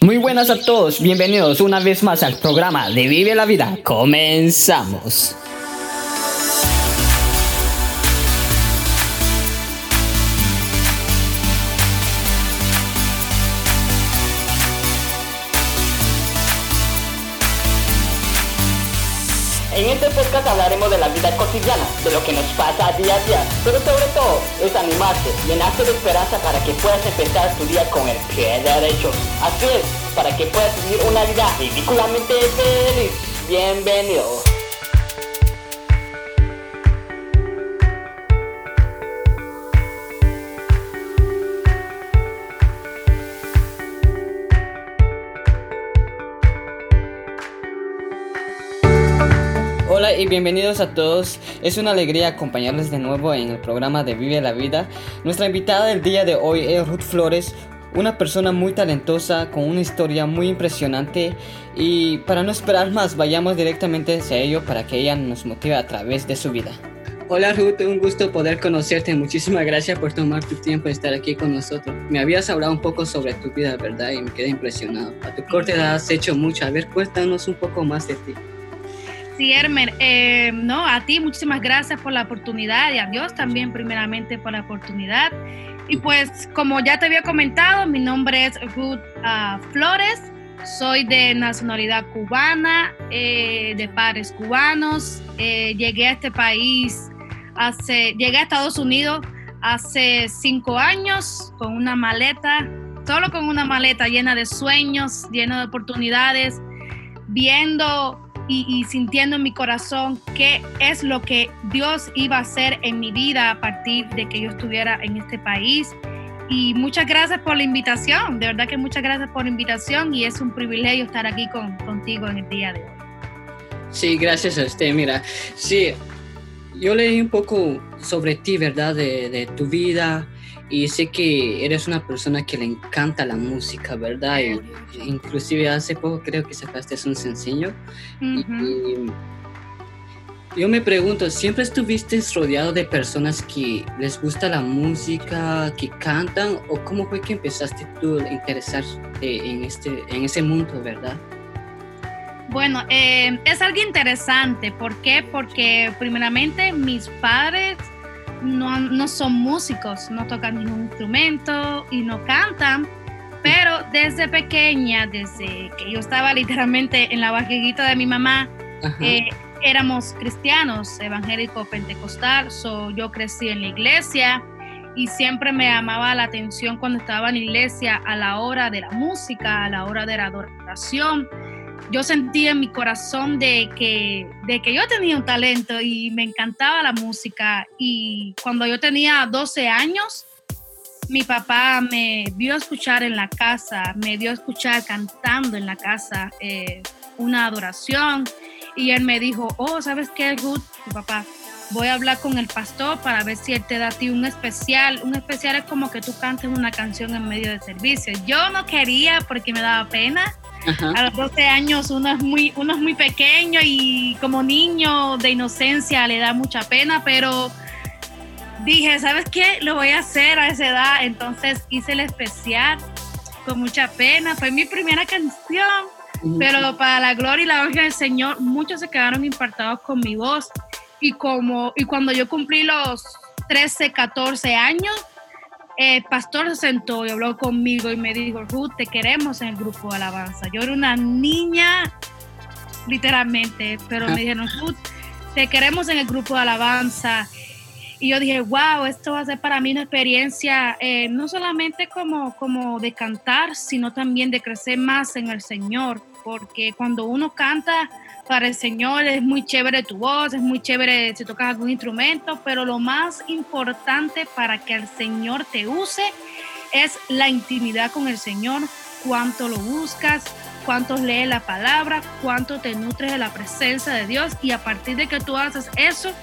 Muy buenas a todos, bienvenidos una vez más al programa de Vive la Vida. Comenzamos. En este podcast hablaremos de la vida cotidiana, de lo que nos pasa día a día, pero sobre todo es animarte, llenarte de esperanza para que puedas empezar tu día con el pie derecho. Así es, para que puedas vivir una vida ridículamente feliz. Bienvenido. Hola y bienvenidos a todos. Es una alegría acompañarles de nuevo en el programa de Vive la Vida. Nuestra invitada del día de hoy es Ruth Flores, una persona muy talentosa con una historia muy impresionante, y para no esperar más, vayamos directamente hacia ello para que ella nos motive a través de su vida. Hola Ruth, un gusto poder conocerte. Muchísimas gracias por tomar tu tiempo de estar aquí con nosotros. Me habías hablado un poco sobre tu vida, ¿verdad? Y me quedé impresionado. A tu corta edad has hecho mucho. A ver, cuéntanos un poco más de ti. Sí, Hermer, a ti muchísimas gracias por la oportunidad y a Dios también primeramente por la oportunidad. Y pues como ya te había comentado, mi nombre es Ruth Flores, soy de nacionalidad cubana, de padres cubanos. Llegué a este país, llegué a Estados Unidos hace 5 años con una maleta, solo con una maleta llena de sueños, llena de oportunidades, viendo y sintiendo en mi corazón qué es lo que Dios iba a hacer en mi vida a partir de que yo estuviera en este país. Y muchas gracias por la invitación, de verdad que muchas gracias por la invitación, y es un privilegio estar aquí contigo en el día de hoy. Sí, gracias a usted. Mira, sí, yo leí un poco sobre ti, ¿verdad? De tu vida, y sé que eres una persona que le encanta la música, ¿verdad? Y inclusive hace poco creo que sacaste un sencillo. Y yo me pregunto, ¿siempre estuviste rodeado de personas que les gusta la música, que cantan, o cómo fue que empezaste tú a interesarte en ese mundo, verdad? Bueno, es algo interesante. ¿Por qué? Porque primeramente mis padres no son músicos, no tocan ningún instrumento y no cantan, pero desde pequeña, desde que yo estaba literalmente en la barriguita de mi mamá, éramos cristianos, evangélico pentecostal. Yo crecí en la iglesia y siempre me llamaba la atención cuando estaba en la iglesia a la hora de la música, a la hora de la adoración. Yo sentía en mi corazón de que yo tenía un talento y me encantaba la música. Y cuando yo tenía 12 años, mi papá me vio escuchar en la casa, me vio escuchar cantando en la casa una adoración. Y él me dijo, ¿sabes qué, Ruth? Mi papá, voy a hablar con el pastor para ver si él te da a ti un especial. Un especial es como que tú cantes una canción en medio de servicio. Yo no quería porque me daba pena. A los 12 años uno es muy pequeño y como niño de inocencia le da mucha pena, pero dije, ¿sabes qué? Lo voy a hacer a esa edad. Entonces hice el especial con mucha pena. Fue mi primera canción, pero para la gloria y la honra del Señor, muchos se quedaron impactados con mi voz. Y cuando yo cumplí los 13, 14 años, el pastor se sentó y habló conmigo y me dijo, Ruth, te queremos en el grupo de alabanza. Yo era una niña, literalmente, pero me dijeron, Ruth, te queremos en el grupo de alabanza. Y yo dije, wow, esto va a ser para mí una experiencia no solamente como de cantar, sino también de crecer más en el Señor. Porque cuando uno canta para el Señor es muy chévere tu voz, es muy chévere si tocas algún instrumento, pero lo más importante para que el Señor te use es la intimidad con el Señor, cuánto lo buscas, cuánto lees la palabra, cuánto te nutres de la presencia de Dios, y a partir de que tú haces eso,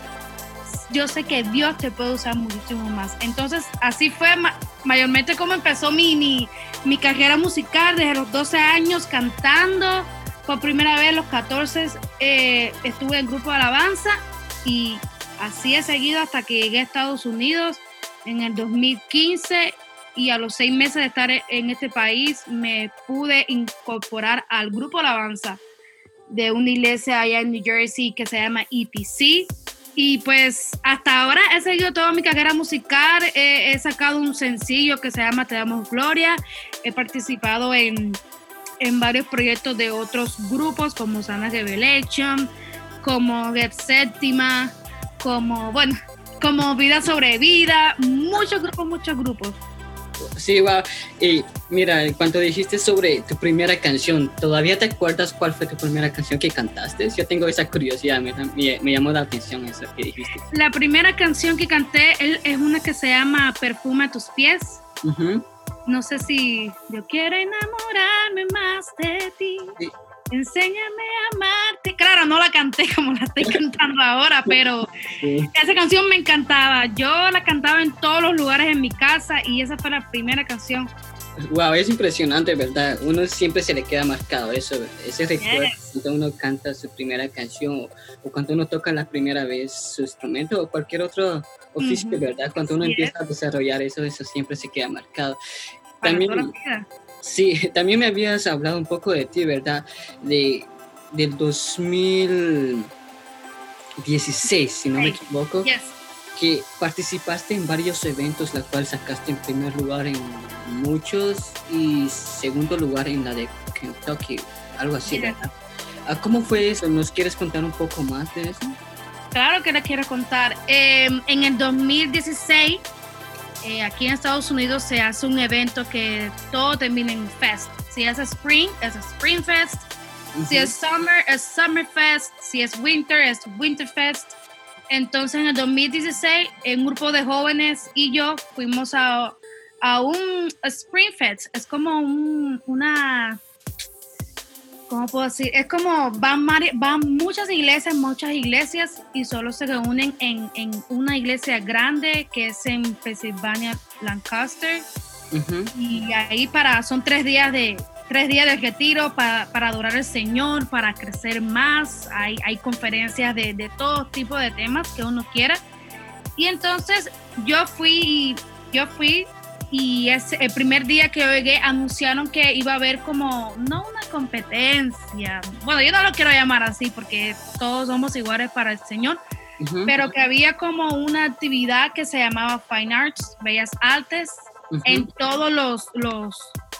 yo sé que Dios te puede usar muchísimo más. Entonces así fue mayormente como empezó mi carrera musical, desde los 12 años cantando. Por primera vez a los 14 estuve en grupo de alabanza, y así he seguido hasta que llegué a Estados Unidos en el 2015 y a los 6 meses de estar en este país me pude incorporar al grupo alabanza de una iglesia allá en New Jersey que se llama EPC. Y pues hasta ahora he seguido toda mi carrera musical, he sacado un sencillo que se llama Te Damos Gloria, he participado en varios proyectos de otros grupos como Sana Revelation, como Get Séptima, como Vida sobre Vida, muchos grupos. Sí, wow. Y mira, cuando dijiste sobre tu primera canción, ¿todavía te acuerdas cuál fue tu primera canción que cantaste? Yo tengo esa curiosidad, me llamó la atención eso que dijiste. La primera canción que canté es una que se llama Perfume a tus pies. Uh-huh. No sé si yo quiero enamorarme más de ti. Sí. Enséñame a amarte. Claro, no la canté como la estoy cantando ahora, pero sí. Esa canción me encantaba. Yo la cantaba en todos los lugares en mi casa y esa fue la primera canción. Wow, es impresionante, ¿verdad? Uno siempre se le queda marcado eso, ese recuerdo cuando uno canta su primera canción o cuando uno toca la primera vez su instrumento o cualquier otro oficio, ¿verdad? Cuando uno empieza a desarrollar eso siempre se queda marcado. También, sí, también me habías hablado un poco de ti, ¿verdad? Del 2016, si no me equivoco, que participaste en varios eventos, la cual sacaste en primer lugar en muchos y segundo lugar en la de Kentucky, algo así, ¿verdad? ¿Cómo fue eso? ¿Nos quieres contar un poco más de eso? Claro que les quiero contar. En el 2016... aquí en Estados Unidos se hace un evento que todo termina en fest. Si es Spring Fest. Uh-huh. Si es Summer Fest. Si es Winter Fest. Entonces en el 2016 un grupo de jóvenes y yo fuimos a un Spring Fest. Es como una... ¿Cómo puedo decir? Es como van muchas iglesias y solo se reúnen en una iglesia grande que es en Pennsylvania, Lancaster. Uh-huh. Y ahí son 3 días de retiro para adorar al Señor, para crecer más. Hay conferencias de todo tipo de temas que uno quiera. Y entonces yo fui y el primer día que llegué anunciaron que iba a haber como, no una competencia, bueno, yo no lo quiero llamar así porque todos somos iguales para el Señor, uh-huh. Pero que había como una actividad que se llamaba Fine Arts, Bellas Artes, uh-huh. En todos los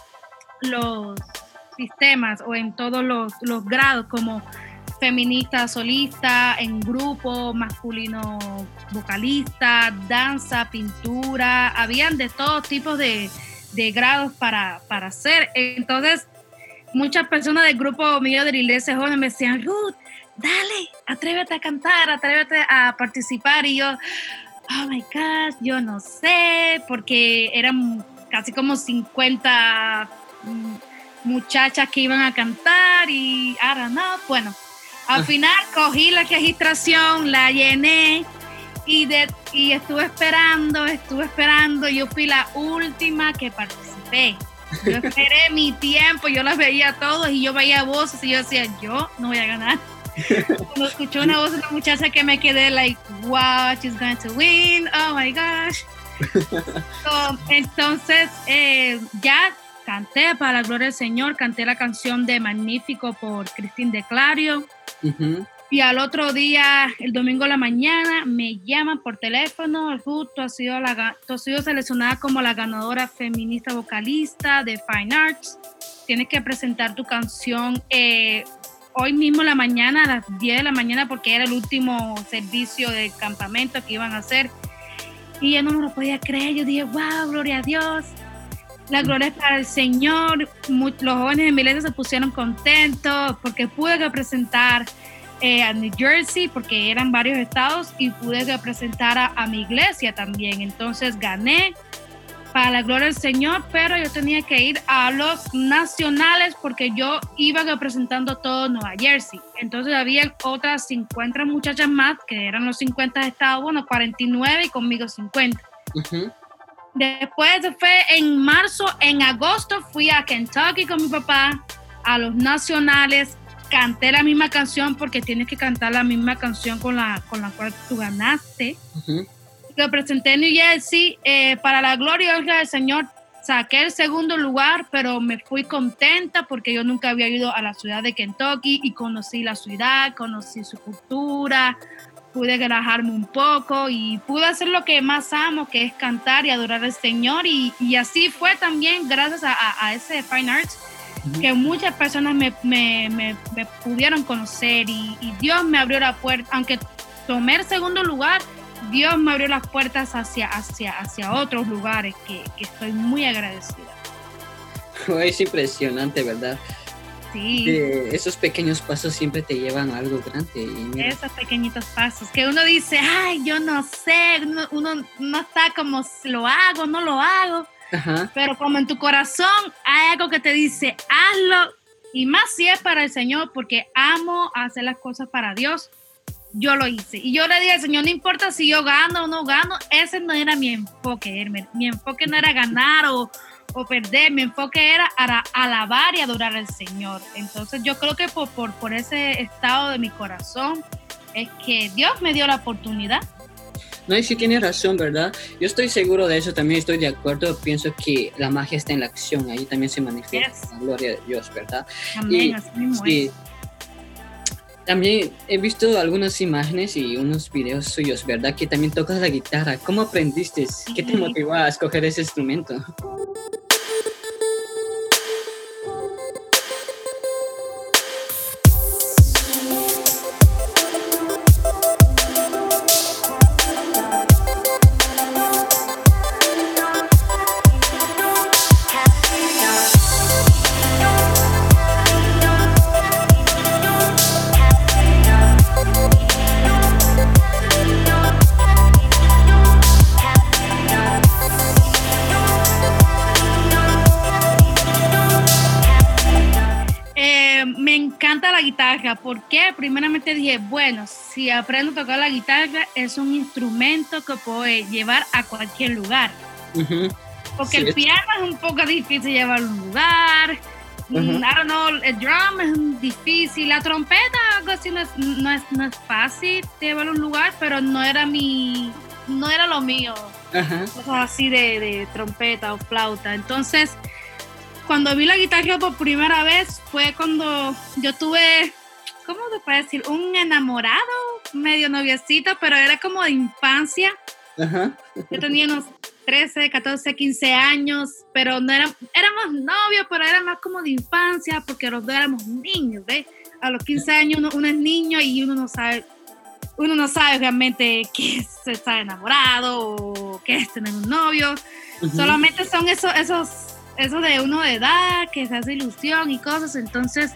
sistemas o en todos los grados, como feminista solista, en grupo, masculino vocalista, danza, pintura, habían de todos tipos de grados para hacer. Entonces, muchas personas del grupo mío de la iglesia joven me decían, Ruth, dale, atrévete a cantar, atrévete a participar. Y yo, oh my God, yo no sé, porque eran casi como 50 muchachas que iban a cantar y I don't know, bueno. Al final cogí la registración, la llené y estuve esperando. Yo fui la última que participé. Yo esperé mi tiempo, yo las veía a todos y yo veía voces y yo decía, yo no voy a ganar. Cuando escuché una voz de una muchacha que me quedé like, wow, she's going to win, oh my gosh. Entonces ya canté para la gloria del Señor, canté la canción de Magnífico por Cristín de Clario. Uh-huh. Y al otro día, el domingo a la mañana, me llaman por teléfono, Ruth, tú has sido seleccionada como la ganadora feminista vocalista de Fine Arts, tienes que presentar tu canción hoy mismo en la mañana, a las 10 de la mañana, porque era el último servicio de campamento que iban a hacer, y yo no me lo podía creer. Yo dije, wow, gloria a Dios, la gloria es para el Señor. Los jóvenes de mi iglesia se pusieron contentos porque pude representar a New Jersey, porque eran varios estados, y pude representar a mi iglesia también. Entonces gané para la gloria del Señor, pero yo tenía que ir a los nacionales porque yo iba representando todo Nueva Jersey. Entonces había otras 50 muchachas más, que eran los 50 estados, bueno, 49 y conmigo 50. Uh-huh. Después fue en marzo, en agosto fui a Kentucky con mi papá, a los nacionales, canté la misma canción porque tienes que cantar la misma canción con la cual tú ganaste. Uh-huh. Lo presenté en New Jersey, para la gloria del Señor, saqué el segundo lugar, pero me fui contenta porque yo nunca había ido a la ciudad de Kentucky y conocí la ciudad, conocí su cultura, pude relajarme un poco y pude hacer lo que más amo, que es cantar y adorar al Señor. Y así fue también gracias a ese Fine Arts, que muchas personas me pudieron conocer y Dios me abrió la puerta, aunque tomé el segundo lugar, Dios me abrió las puertas hacia otros lugares que estoy muy agradecida. Es impresionante, ¿verdad? Sí. Esos pequeños pasos siempre te llevan a algo grande. Y esos pequeñitos pasos que uno dice, ay, yo no sé, uno no está como lo hago, no lo hago. Ajá. Pero como en tu corazón hay algo que te dice, hazlo, y más si es para el Señor, porque amo hacer las cosas para Dios. Yo lo hice y yo le dije al Señor, no importa si yo gano o no gano, ese no era mi enfoque, mi enfoque no era ganar o perder, mi enfoque era alabar y adorar al Señor. Entonces yo creo que por ese estado de mi corazón es que Dios me dio la oportunidad. No, y sí tienes razón, ¿verdad? Yo estoy seguro de eso, también estoy de acuerdo. Pienso que la magia está en la acción, ahí también se manifiesta la gloria de Dios, ¿verdad? Amén, así mismo es. También he visto algunas imágenes y unos videos suyos, ¿verdad? Que también tocas la guitarra. ¿Cómo aprendiste? ¿Qué te motivó a escoger ese instrumento? ¿Por qué? Primeramente dije, bueno, si aprendo a tocar la guitarra, es un instrumento que puedo llevar a cualquier lugar. Uh-huh. Porque sí, el piano es un poco difícil llevarlo a un lugar. Uh-huh. I don't know, el drum es difícil. La trompeta, algo así, no es fácil llevarlo a un lugar, pero no era lo mío. Uh-huh. Cosas así de trompeta o flauta. Entonces, cuando vi la guitarra por primera vez, fue cuando yo tuve, ¿cómo se puede decir? Un enamorado, medio noviecito, pero era como de infancia. Uh-huh. Yo tenía unos 13, 14, 15 años, pero no éramos novios, pero era más como de infancia, porque los dos éramos niños, ¿ves? A los 15 años uno es niño y uno no sabe realmente qué es estar enamorado o qué es tener un novio. Uh-huh. Solamente son esos de uno de edad, que se hace ilusión y cosas. Entonces,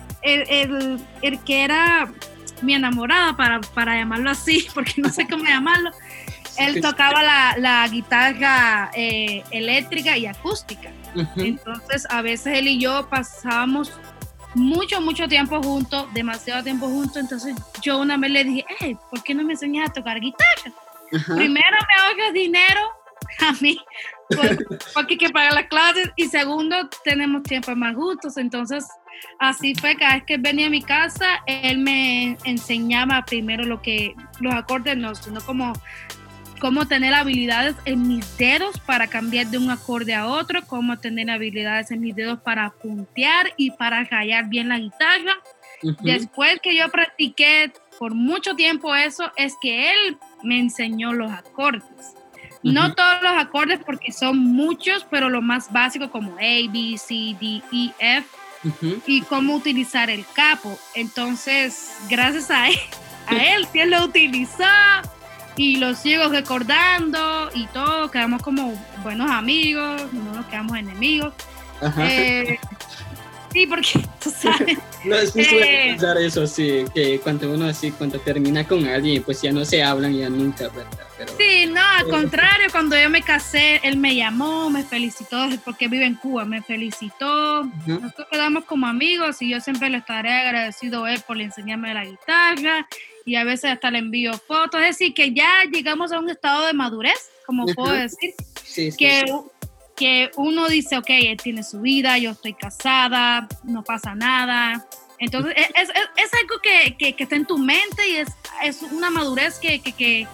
el que era mi enamorado, para llamarlo así, porque no sé cómo llamarlo, él tocaba la guitarra eléctrica y acústica. Uh-huh. Entonces, a veces él y yo pasábamos mucho tiempo juntos, demasiado tiempo juntos. Entonces, yo una vez le dije, ¿por qué no me enseñas a tocar guitarra? Uh-huh. Primero me ahorras dinero a mí, porque hay que pagar las clases, y segundo, tenemos tiempo más juntos. Entonces, así fue, cada vez que él venía a mi casa, él me enseñaba primero los acordes, no, sino cómo tener habilidades en mis dedos para cambiar de un acorde a otro, cómo tener habilidades en mis dedos para puntear y para rayar bien la guitarra. Uh-huh. Después que yo practiqué por mucho tiempo eso, es que él me enseñó los acordes. Uh-huh. No todos los acordes, porque son muchos, pero lo más básico como A, B, C, D, E, F, uh-huh, y cómo utilizar el capo. Entonces, gracias a él sí él lo utilizó y lo sigo recordando y todo. Quedamos como buenos amigos, no nos quedamos enemigos. Uh-huh. Sí, porque tú sabes. No, es muy suele pensar eso, sí, que cuando uno así, cuando termina con alguien, pues ya no se hablan ya nunca, ¿verdad? Pero, sí, no, al contrario, cuando yo me casé, él me llamó, me felicitó, porque vive en Cuba, me felicitó. Uh-huh. Nosotros quedamos como amigos y yo siempre le estaré agradecido a él por enseñarme la guitarra, y a veces hasta le envío fotos. Es decir, que ya llegamos a un estado de madurez, como uh-huh, puedo decir, sí, que uno dice, ok, él tiene su vida, yo estoy casada, no pasa nada. Entonces, es algo que está en tu mente, y es una madurez que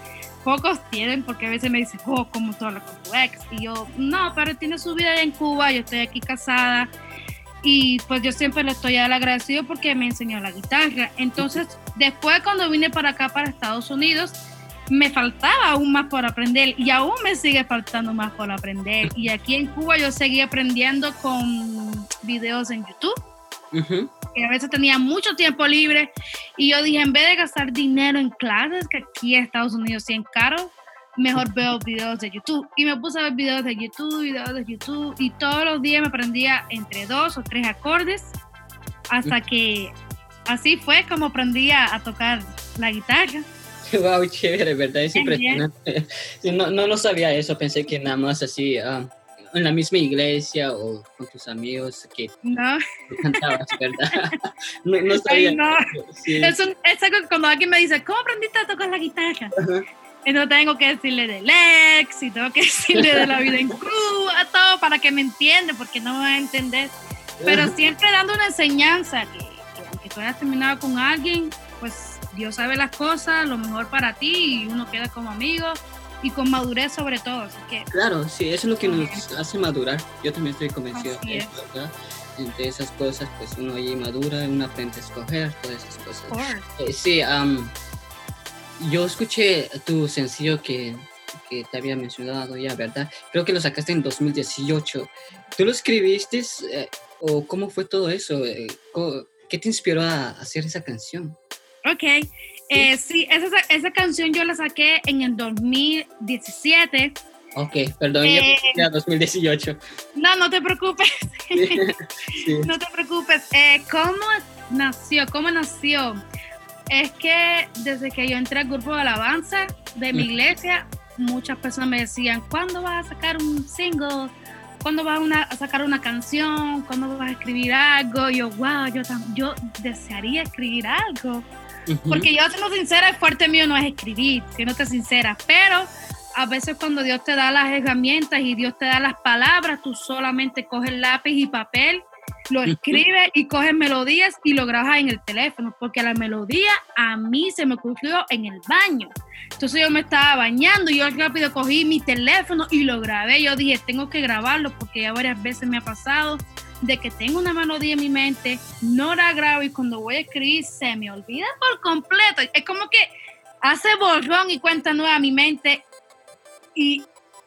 pocos tienen, porque a veces me dicen, oh, ¿cómo tú hablas con tu ex? Y yo, no, pero él tiene su vida allá en Cuba, yo estoy aquí casada, y pues yo siempre le estoy agradecido porque me enseñó la guitarra. Entonces, después cuando vine para acá, para Estados Unidos, me faltaba aún más por aprender, y aún me sigue faltando más por aprender. Y aquí en Cuba yo seguí aprendiendo con videos en YouTube, que a veces tenía mucho tiempo libre, y yo dije, en vez de gastar dinero en clases, que aquí en Estados Unidos sí es caro, mejor veo videos de YouTube. Y me puse a ver videos de YouTube, y todos los días me aprendía entre 2 o 3 acordes, hasta que así fue como aprendí a tocar la guitarra. Wow, chévere, ¿verdad? Es impresionante. No, no sabía eso, pensé que nada más así en la misma iglesia o con tus amigos que no cantabas, ¿verdad? No sabía. Ay, no. Sí. Es algo cuando alguien me dice, ¿cómo aprendiste a tocar la guitarra? Entonces tengo que decirle del ex y tengo que decirle de la vida en Cuba, todo para que me entienda, porque no me va a entender. Pero siempre dando una enseñanza que aunque tú hayas terminado con alguien, pues Dios sabe las cosas, lo mejor para ti, y uno queda como amigo y con madurez sobre todo. Así que, claro, sí, eso es lo que nos hace madurar. Yo también estoy convencido de eso, ¿verdad? Entre esas cosas, pues uno allí madura, uno aprende a escoger todas esas cosas. Sí, yo escuché tu sencillo que te había mencionado ya, ¿verdad? Creo que lo sacaste en 2018. ¿Tú lo escribiste o cómo fue todo eso? ¿Qué te inspiró a hacer esa canción? Ok, sí, esa canción yo la saqué en el 2017. Ok, perdón, ya 2018. No te preocupes. Sí. No te preocupes. ¿Cómo nació? Es que desde que yo entré al grupo de alabanza de mi iglesia, muchas personas me decían, ¿cuándo vas a sacar un single? ¿Cuándo vas a sacar una canción? ¿Cuándo vas a escribir algo? Y yo, wow, yo desearía escribir algo. Porque yo, siendo sincera, el fuerte mío no es escribir, siéndote sincera, pero a veces cuando Dios te da las herramientas y Dios te da las palabras, tú solamente coges lápiz y papel, lo escribes y coges melodías y lo grabas en el teléfono, porque la melodía a mí se me ocurrió en el baño. Entonces yo me estaba bañando y yo rápido cogí mi teléfono y lo grabé. Yo dije, tengo que grabarlo, porque ya varias veces me ha pasado de que tengo una melodía en mi mente, no la grabo, y cuando voy a escribir se me olvida por completo. Es como que hace borrón y cuenta nueva a mi mente, y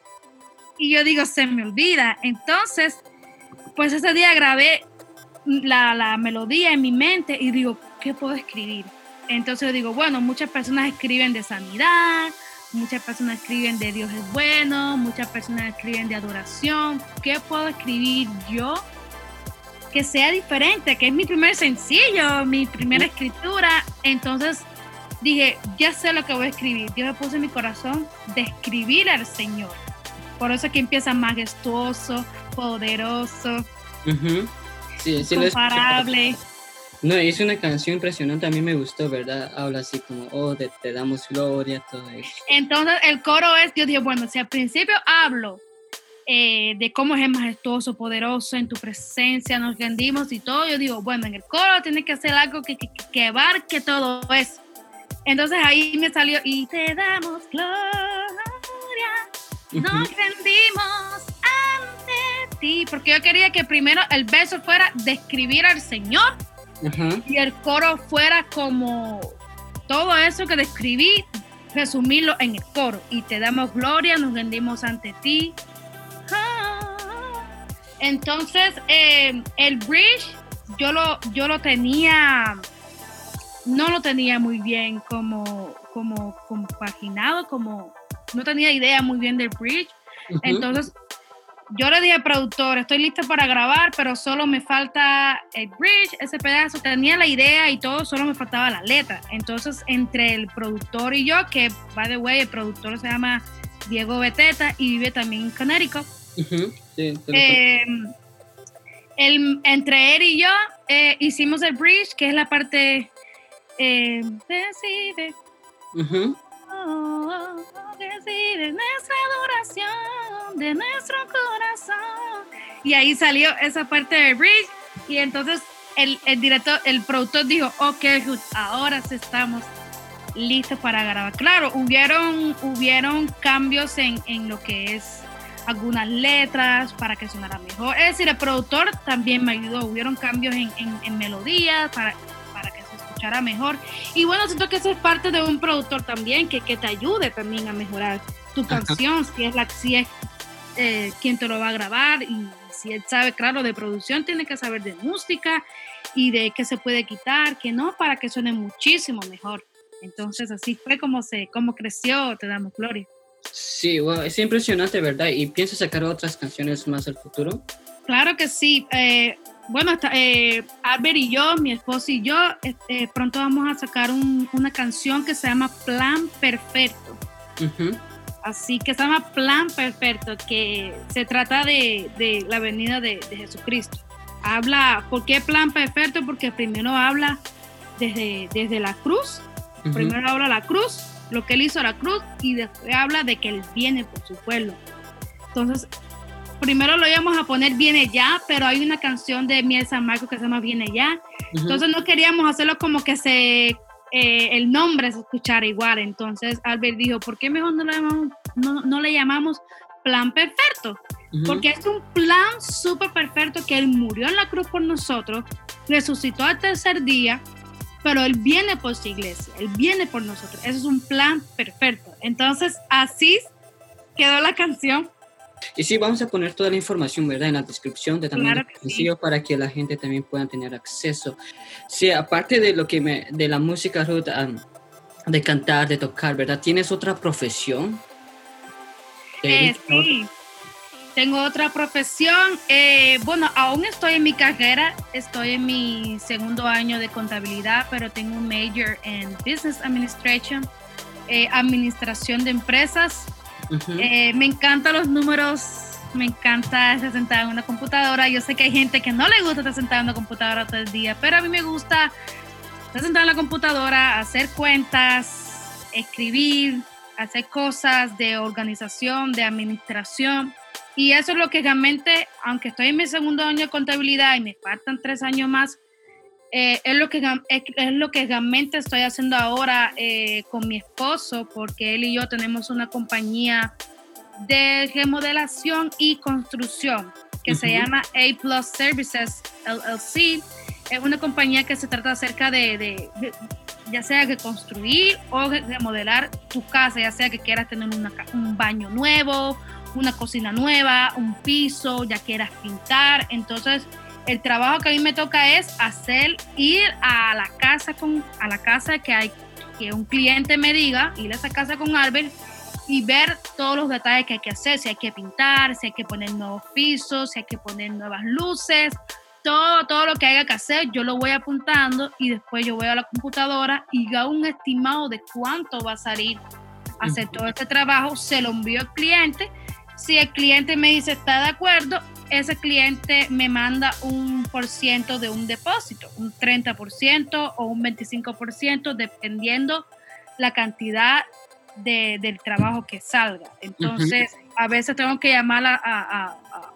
yo digo, se me olvida. Entonces, pues ese día grabé la melodía en mi mente y digo, ¿qué puedo escribir? Entonces digo, bueno, muchas personas escriben de sanidad, muchas personas escriben de Dios es bueno, muchas personas escriben de adoración. ¿Qué puedo escribir yo que sea diferente? Que es mi primer sencillo, mi primera escritura. Entonces dije, ya sé lo que voy a escribir. Dios me puso en mi corazón de escribir al Señor. Por eso es que empieza majestuoso, poderoso, sí, comparable. No, es una canción impresionante, a mí me gustó, ¿verdad? Habla así como, te damos gloria, todo eso. Entonces el coro es, yo dije, bueno, si al principio hablo de cómo es majestuoso, poderoso, en tu presencia nos rendimos y todo, yo digo, bueno, en el coro tiene que hacer algo que abarque todo eso. Entonces ahí me salió, y te damos gloria, nos rendimos ante ti, porque yo quería que primero el verso fuera describir al Señor, y el coro fuera como todo eso que describí, resumirlo en el coro. Y te damos gloria, nos rendimos ante ti. Entonces el bridge yo lo tenía, no lo tenía muy bien como compaginado, como no tenía idea muy bien del bridge. Entonces yo le dije al productor, estoy lista para grabar, pero solo me falta el bridge, ese pedazo. Tenía la idea y todo, solo me faltaba la letra. Entonces, entre el productor y yo, que, by the way, el productor se llama Diego Beteta y vive también en Connecticut. Sí, entre él y yo hicimos el bridge, que es la parte recibe. Recibe nuestra adoración de nuestro corazón. Y ahí salió esa parte del bridge. Y entonces el productor dijo, ok, Ruth, ahora sí estamos listos para grabar. Claro, hubieron cambios en lo que es algunas letras para que sonara mejor. Es decir, el productor también me ayudó. Hubieron cambios en melodías para que se escuchara mejor. Y bueno, siento que eso es parte de un productor también, que te ayude también a mejorar tu canción, si es quien te lo va a grabar, y si él sabe, claro, de producción, tiene que saber de música y de qué se puede quitar, qué no, para que suene muchísimo mejor. Entonces así fue como creció Te Damos Gloria. Sí, wow, es impresionante, ¿verdad? ¿Y piensas sacar otras canciones más al futuro? Claro que sí. Bueno, Albert y yo, mi esposo y yo, pronto vamos a sacar una canción que se llama Plan Perfecto. Uh-huh. Así que se llama Plan Perfecto, que se trata de la venida de Jesucristo. ¿Por qué Plan Perfecto? Porque primero habla desde la cruz. Uh-huh. Primero habla la cruz, lo que él hizo a la cruz, y después habla de que él viene por su pueblo. Entonces, primero lo íbamos a poner Viene Ya, pero hay una canción de Miel San Marcos que se llama Viene Ya. Uh-huh. Entonces no queríamos hacerlo como que el nombre se escuchara igual. Entonces Albert dijo, ¿por qué mejor no le llamamos Plan Perfecto? Uh-huh. Porque es un plan súper perfecto, que él murió en la cruz por nosotros, resucitó al tercer día, pero él viene por su iglesia, él viene por nosotros. Eso es un plan perfecto. Entonces así quedó la canción. Y sí, vamos a poner toda la información, ¿verdad?, en la descripción de también claro el sencillo, sí, para que la gente también pueda tener acceso. Sí, aparte de de la música, Ruth, de cantar, de tocar, ¿verdad? ¿Tienes otra profesión? Sí, tengo otra profesión. Bueno, aún estoy en mi carrera, estoy en mi segundo año de contabilidad, pero tengo un major en Business Administration, administración de empresas. Uh-huh. Me encantan los números, me encanta estar sentada en una computadora. Yo sé que hay gente que no le gusta estar sentada en una computadora todo el día, pero a mí me gusta estar sentada en la computadora, hacer cuentas, escribir, hacer cosas de organización, de administración. Y eso es lo que realmente, aunque estoy en mi segundo año de contabilidad y me faltan 3 años más, es lo que realmente estoy haciendo ahora con mi esposo, porque él y yo tenemos una compañía de remodelación y construcción que uh-huh. se llama A+ Services LLC. Es una compañía que se trata acerca de ya sea que construir o remodelar tu casa, ya sea que quieras tener un baño nuevo, una cocina nueva, un piso, ya quieras pintar. Entonces el trabajo que a mí me toca es ir a la casa que un cliente me diga, ir a esa casa con Albert y ver todos los detalles que hay que hacer, si hay que pintar, si hay que poner nuevos pisos, si hay que poner nuevas luces, todo lo que haya que hacer, yo lo voy apuntando y después yo voy a la computadora y hago un estimado de cuánto va a salir hacer todo este trabajo, se lo envío al cliente. Si el cliente me dice está de acuerdo, ese cliente me manda un % de un depósito, un 30% o un 25%, dependiendo la cantidad del trabajo que salga. Entonces, uh-huh. a veces tengo que llamar a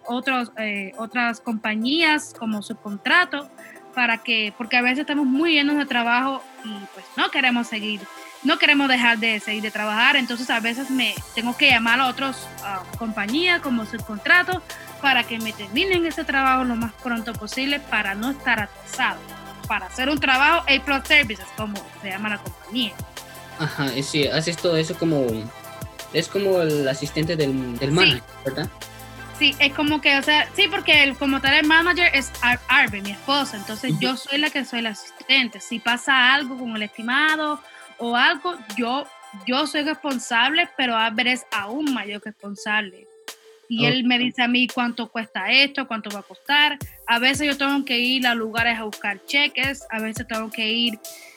otras compañías como subcontrato porque a veces estamos muy llenos de trabajo y pues no queremos dejar de seguir de trabajar. Entonces a veces me tengo que llamar a otras compañías como subcontrato para que me terminen ese trabajo lo más pronto posible, para no estar atrasado, para hacer un trabajo A+ Services, como se llama la compañía. Ajá, y sí, haces todo eso es como el asistente del manager, sí. ¿Verdad? Sí, es como que, o sea, sí, porque como tal el manager es Arbe, mi esposa, entonces uh-huh. yo soy la asistente. Si pasa algo con el estimado o algo, yo soy responsable, pero Albert es aún mayor responsable. Y okay. Él me dice a mí cuánto cuesta esto, cuánto va a costar. A veces yo tengo que ir a lugares a buscar cheques, a veces tengo que ir,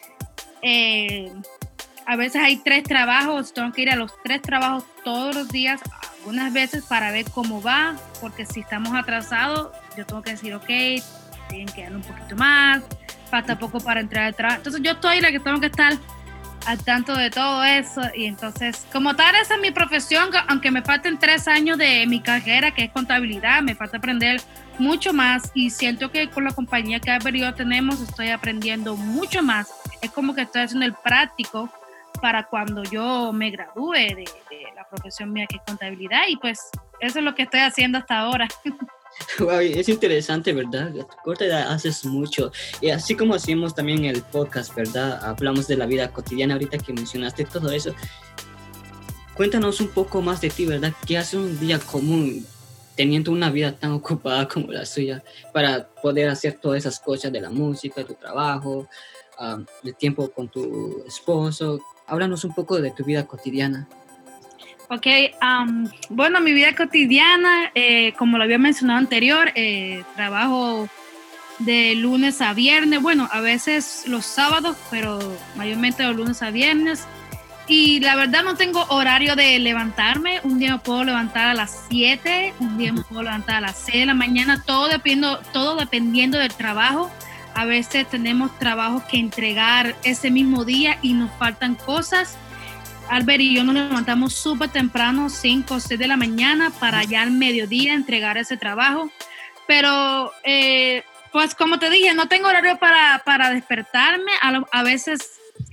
a veces hay 3 trabajos, tengo que ir a los 3 trabajos todos los días, algunas veces para ver cómo va, porque si estamos atrasados, yo tengo que decir, ok, tienen que darle un poquito más, falta poco para entrar al trabajo. Entonces yo estoy la que tengo que estar al tanto de todo eso, y entonces como tal esa es mi profesión, aunque me falten 3 años de mi carrera, que es contabilidad, me falta aprender mucho más, y siento que con la compañía que Albert y yo tenemos estoy aprendiendo mucho más. Es como que estoy haciendo el práctico para cuando yo me gradúe de la profesión mía que es contabilidad, y pues eso es lo que estoy haciendo hasta ahora. Wow, es interesante, ¿verdad? A tu corta edad haces mucho. Y así como hacemos también el podcast, ¿verdad? Hablamos de la vida cotidiana ahorita que mencionaste todo eso. Cuéntanos un poco más de ti, ¿verdad? ¿Qué hace un día común teniendo una vida tan ocupada como la suya para poder hacer todas esas cosas de la música, tu trabajo, el tiempo con tu esposo? Háblanos un poco de tu vida cotidiana. Ok, bueno, mi vida cotidiana, como lo había mencionado anterior, trabajo de lunes a viernes, bueno, a veces los sábados, pero mayormente de lunes a viernes. Y la verdad no tengo horario de levantarme. Un día me puedo levantar a las 7, un día me puedo levantar a las 6 de la mañana, todo dependiendo del trabajo. A veces tenemos trabajos que entregar ese mismo día y nos faltan cosas. Albert y yo nos levantamos súper temprano, 5 o 6 de la mañana, para ya al mediodía entregar ese trabajo. Pero, pues como te dije, no tengo horario para despertarme. A veces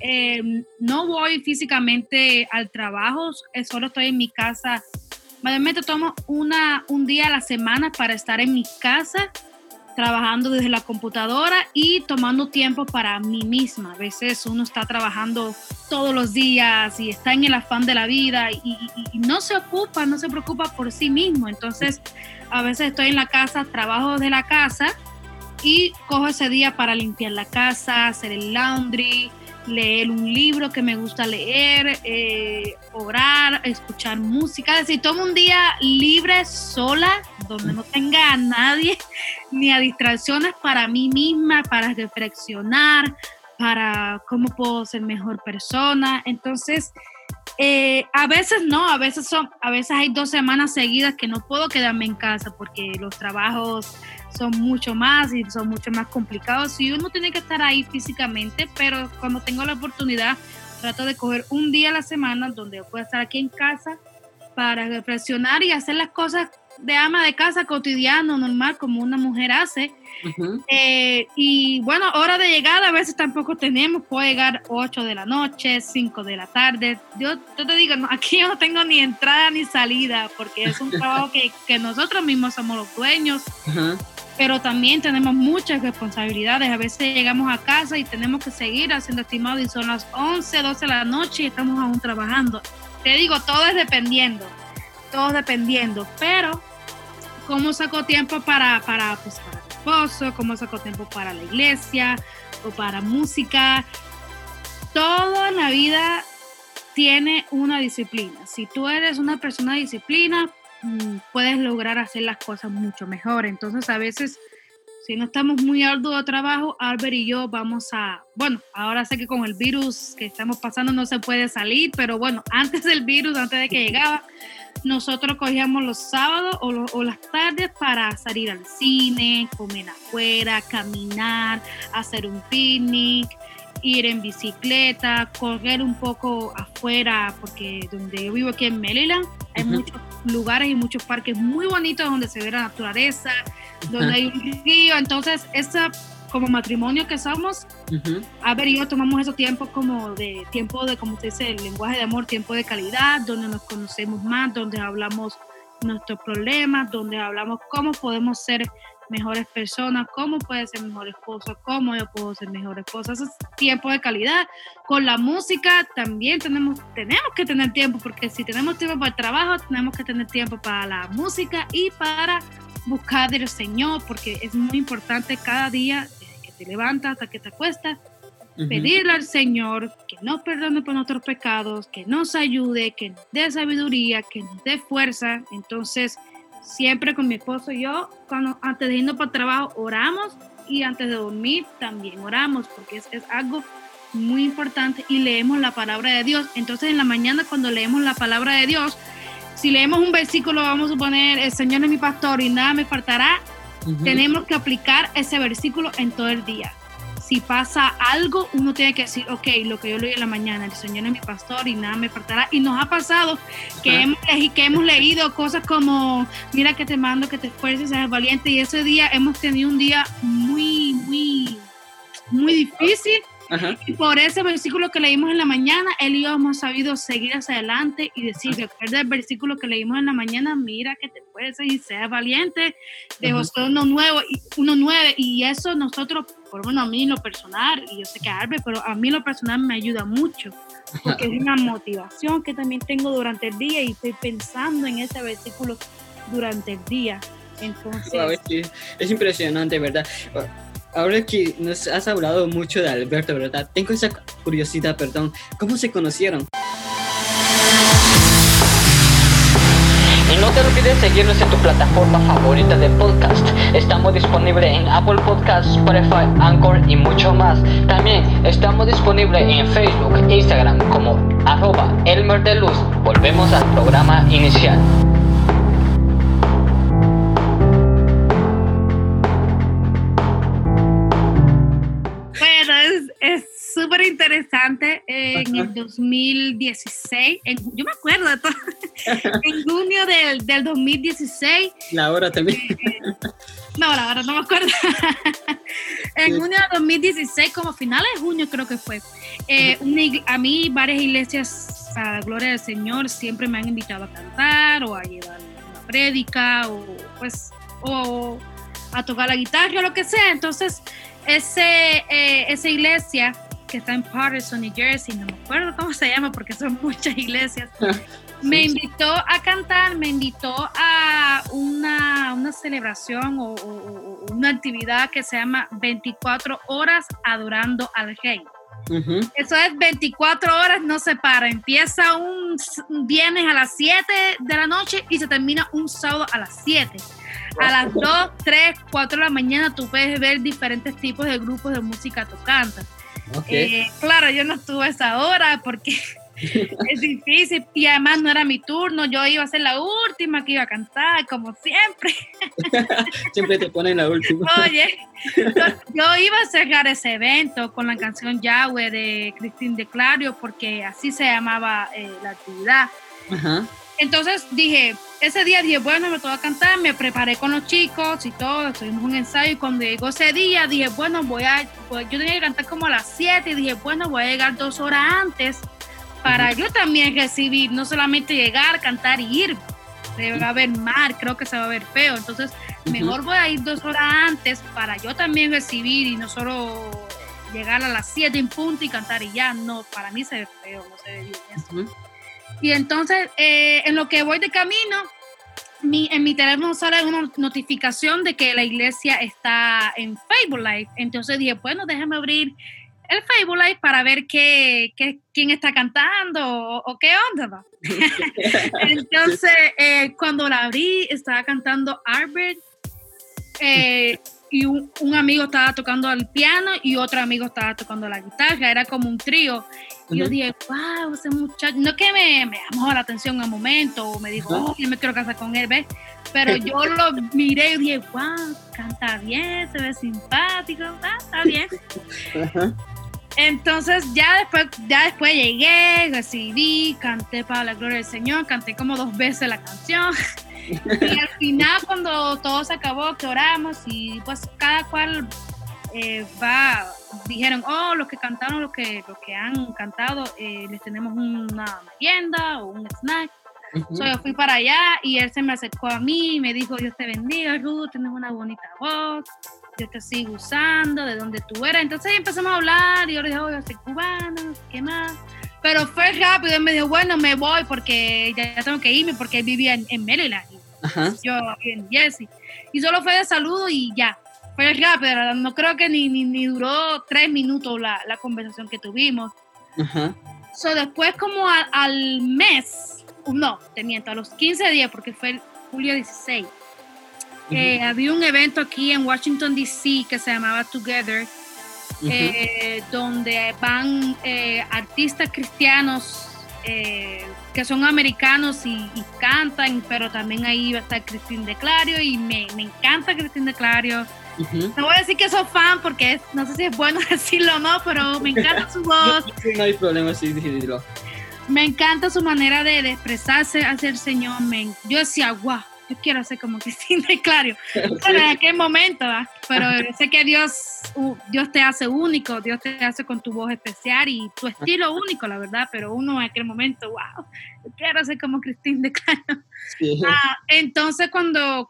no voy físicamente al trabajo, solo estoy en mi casa. Mayormente tomo un día a la semana para estar en mi casa, trabajando desde la computadora y tomando tiempo para mí misma. A veces uno está trabajando todos los días y está en el afán de la vida y no se preocupa por sí mismo. Entonces, a veces estoy en la casa, trabajo desde la casa y cojo ese día para limpiar la casa, hacer el laundry, leer un libro que me gusta leer, orar, escuchar música. Es decir, tomo un día libre, sola, donde no tenga a nadie ni a distracciones, para mí misma, para reflexionar, para cómo puedo ser mejor persona. Entonces, a veces no, a veces hay 2 semanas seguidas que no puedo quedarme en casa porque los trabajos son mucho más complicados y uno tiene que estar ahí físicamente, pero cuando tengo la oportunidad trato de coger un día a la semana donde yo pueda estar aquí en casa para reflexionar y hacer las cosas de ama de casa cotidiano, normal, como una mujer hace. Uh-huh. Y bueno, hora de llegada a veces tampoco tenemos, puedo llegar 8 de la noche, 5 de la tarde. Yo te digo, no, aquí yo no tengo ni entrada ni salida porque es un trabajo que nosotros mismos somos los dueños. Uh-huh. Pero también tenemos muchas responsabilidades. A veces llegamos a casa y tenemos que seguir haciendo estimado y son las 11, 12 de la noche y estamos aún trabajando. Te digo, todo dependiendo, pero ¿cómo saco tiempo para mi esposo? ¿Cómo saco tiempo para la iglesia o para música? Todo en la vida tiene una disciplina. Si tú eres una persona de disciplina, puedes lograr hacer las cosas mucho mejor. Entonces, a veces, si no estamos muy arduos de trabajo, Albert y yo ahora sé que con el virus que estamos pasando no se puede salir, pero bueno, antes del virus, antes de que llegaba, nosotros cogíamos los sábados o las tardes para salir al cine, comer afuera, caminar, hacer un picnic, ir en bicicleta, correr un poco afuera, porque donde yo vivo aquí en Maryland hay muchos lugares y muchos parques muy bonitos donde se ve la naturaleza, donde hay un río. Entonces, como matrimonio que somos, Albert y yo tomamos esos tiempos como como se dice, el lenguaje de amor, tiempo de calidad, donde nos conocemos más, donde hablamos nuestros problemas, donde hablamos cómo podemos ser mejores personas, cómo puede ser mejor esposo, cómo yo puedo ser mejor esposa. Eso es tiempo de calidad. Con la música también tenemos que tener tiempo, porque si tenemos tiempo para el trabajo, tenemos que tener tiempo para la música y para buscar del Señor, porque es muy importante cada día, desde que te levantas hasta que te acuestas, pedirle al Señor que nos perdone por nuestros pecados, que nos ayude, que nos dé sabiduría, que nos dé fuerza. Entonces, siempre con mi esposo y yo, antes de irnos para el trabajo, oramos, y antes de dormir también oramos, porque es algo muy importante, y leemos la palabra de Dios. Entonces, en la mañana, cuando leemos la palabra de Dios, si leemos un versículo, vamos a suponer, el Señor es mi pastor y nada me faltará, tenemos que aplicar ese versículo en todo el día. Si pasa algo, uno tiene que decir, ok, lo que yo leí en la mañana, el Señor es mi pastor y nada me faltará. Y nos ha pasado que hemos leído cosas como, mira que te mando, que te esfuerces, seas valiente. Y ese día hemos tenido un día muy, muy, muy difícil. Ajá. Y por ese versículo que leímos en la mañana, él y yo hemos sabido seguir hacia adelante y decir, recuerda el versículo que leímos en la mañana, mira que te puedes y sea valiente, de Josué 1:9, y eso nosotros, por lo menos a mí en lo personal, y yo sé que a Albert, pero a mí en lo personal me ayuda mucho, porque es una motivación que también tengo durante el día y estoy pensando en ese versículo durante el día. Entonces, es impresionante, ¿verdad? Ahora que nos has hablado mucho de Alberto, ¿verdad? Tengo esa curiosidad, perdón. ¿Cómo se conocieron? Y no te olvides seguirnos en tu plataforma favorita de podcast. Estamos disponibles en Apple Podcasts, Spotify, Anchor y mucho más. También estamos disponibles en Facebook, Instagram como @elmerdeluz. Volvemos al programa inicial. Es súper interesante. En el 2016, yo me acuerdo de todo, en junio del 2016. La hora también. No, la verdad no me acuerdo. En junio del 2016, como finales de junio creo que fue. A mí varias iglesias, a la gloria del Señor, siempre me han invitado a cantar o a llevar una prédica o a tocar la guitarra o lo que sea. Entonces, esa iglesia que está en Patterson, New Jersey, no me acuerdo cómo se llama porque son muchas iglesias, me invitó a cantar, me invitó a una celebración o una actividad que se llama 24 horas adorando al Rey. Eso es 24 horas, no se para. Empieza un viernes a las 7 de la noche y se termina un sábado a las 7. A las 2, 3, 4 de la mañana tú puedes ver diferentes tipos de grupos de música tocando. Claro, yo no estuve a esa hora porque es difícil y además no era mi turno. Yo iba a ser la última que iba a cantar, como siempre. Siempre te ponen la última. Oye, yo iba a cerrar ese evento con la canción Yahweh de Cristín de Clario porque así se llamaba la actividad. Ajá. Entonces ese día dije, bueno, me toca cantar, me preparé con los chicos y todo, tuvimos un ensayo y cuando llegó ese día dije, bueno, yo tenía que cantar como a las 7 y dije, bueno, voy a llegar 2 horas antes para yo también recibir, no solamente llegar, cantar y ir, se va a ver mal, creo que se va a ver feo, entonces mejor voy a ir 2 horas antes para yo también recibir y no solo llegar a las 7 en punto y cantar y ya, no, para mí se ve feo, no se ve bien eso. Y entonces, en lo que voy de camino, en mi teléfono sale una notificación de que la iglesia está en Facebook Live. Entonces dije, bueno, déjame abrir el Facebook Live para ver quién está cantando o qué onda, ¿no? Entonces, cuando la abrí, estaba cantando Albert y un amigo estaba tocando el piano y otro amigo estaba tocando la guitarra. Era como un trío. Y yo dije, wow, ese muchacho, no que me llamó la atención en un momento, o me dijo, yo me quiero casar con él, ¿ves? Pero yo lo miré y dije, wow, canta bien, se ve simpático, está bien. Entonces ya después llegué, recibí, canté para la gloria del Señor, canté como 2 veces la canción. Y al final, cuando todo se acabó, que oramos y pues cada cual dijeron, los que cantaron, los que han cantado, les tenemos una merienda o un snack. So, yo fui para allá y él se me acercó a mí y me dijo, Dios te bendiga, Ruth, tienes una bonita voz, yo te sigo usando, de donde tú eras. Entonces empezamos a hablar y yo le dije, yo soy cubano, ¿qué más? Pero fue rápido, él me dijo, bueno, me voy porque ya tengo que irme porque él vivía en Maryland, yo en Jersey. Y solo fue de saludo y ya. Fue rápido, no creo que ni duró 3 minutos la conversación que tuvimos. So, después como al mes, no, te miento, a los 15 días, porque fue el julio 16, había un evento aquí en Washington, D.C. que se llamaba Together, donde van artistas cristianos que son americanos y cantan, pero también ahí va a estar Cristín de Clario y me encanta Cristín de Clario. No voy a decir que soy fan porque no sé si es bueno decirlo o no, pero me encanta su voz. No hay problema, sí, decirlo. Me encanta su manera de expresarse hacia el Señor. Yo decía, wow, yo quiero ser como Cristina y Clario. Pero en aquel momento, pero sé que Dios te hace único, Dios te hace con tu voz especial y tu estilo único, la verdad, pero uno en aquel momento, wow, yo quiero ser como Cristina de Clario. Sí. Entonces cuando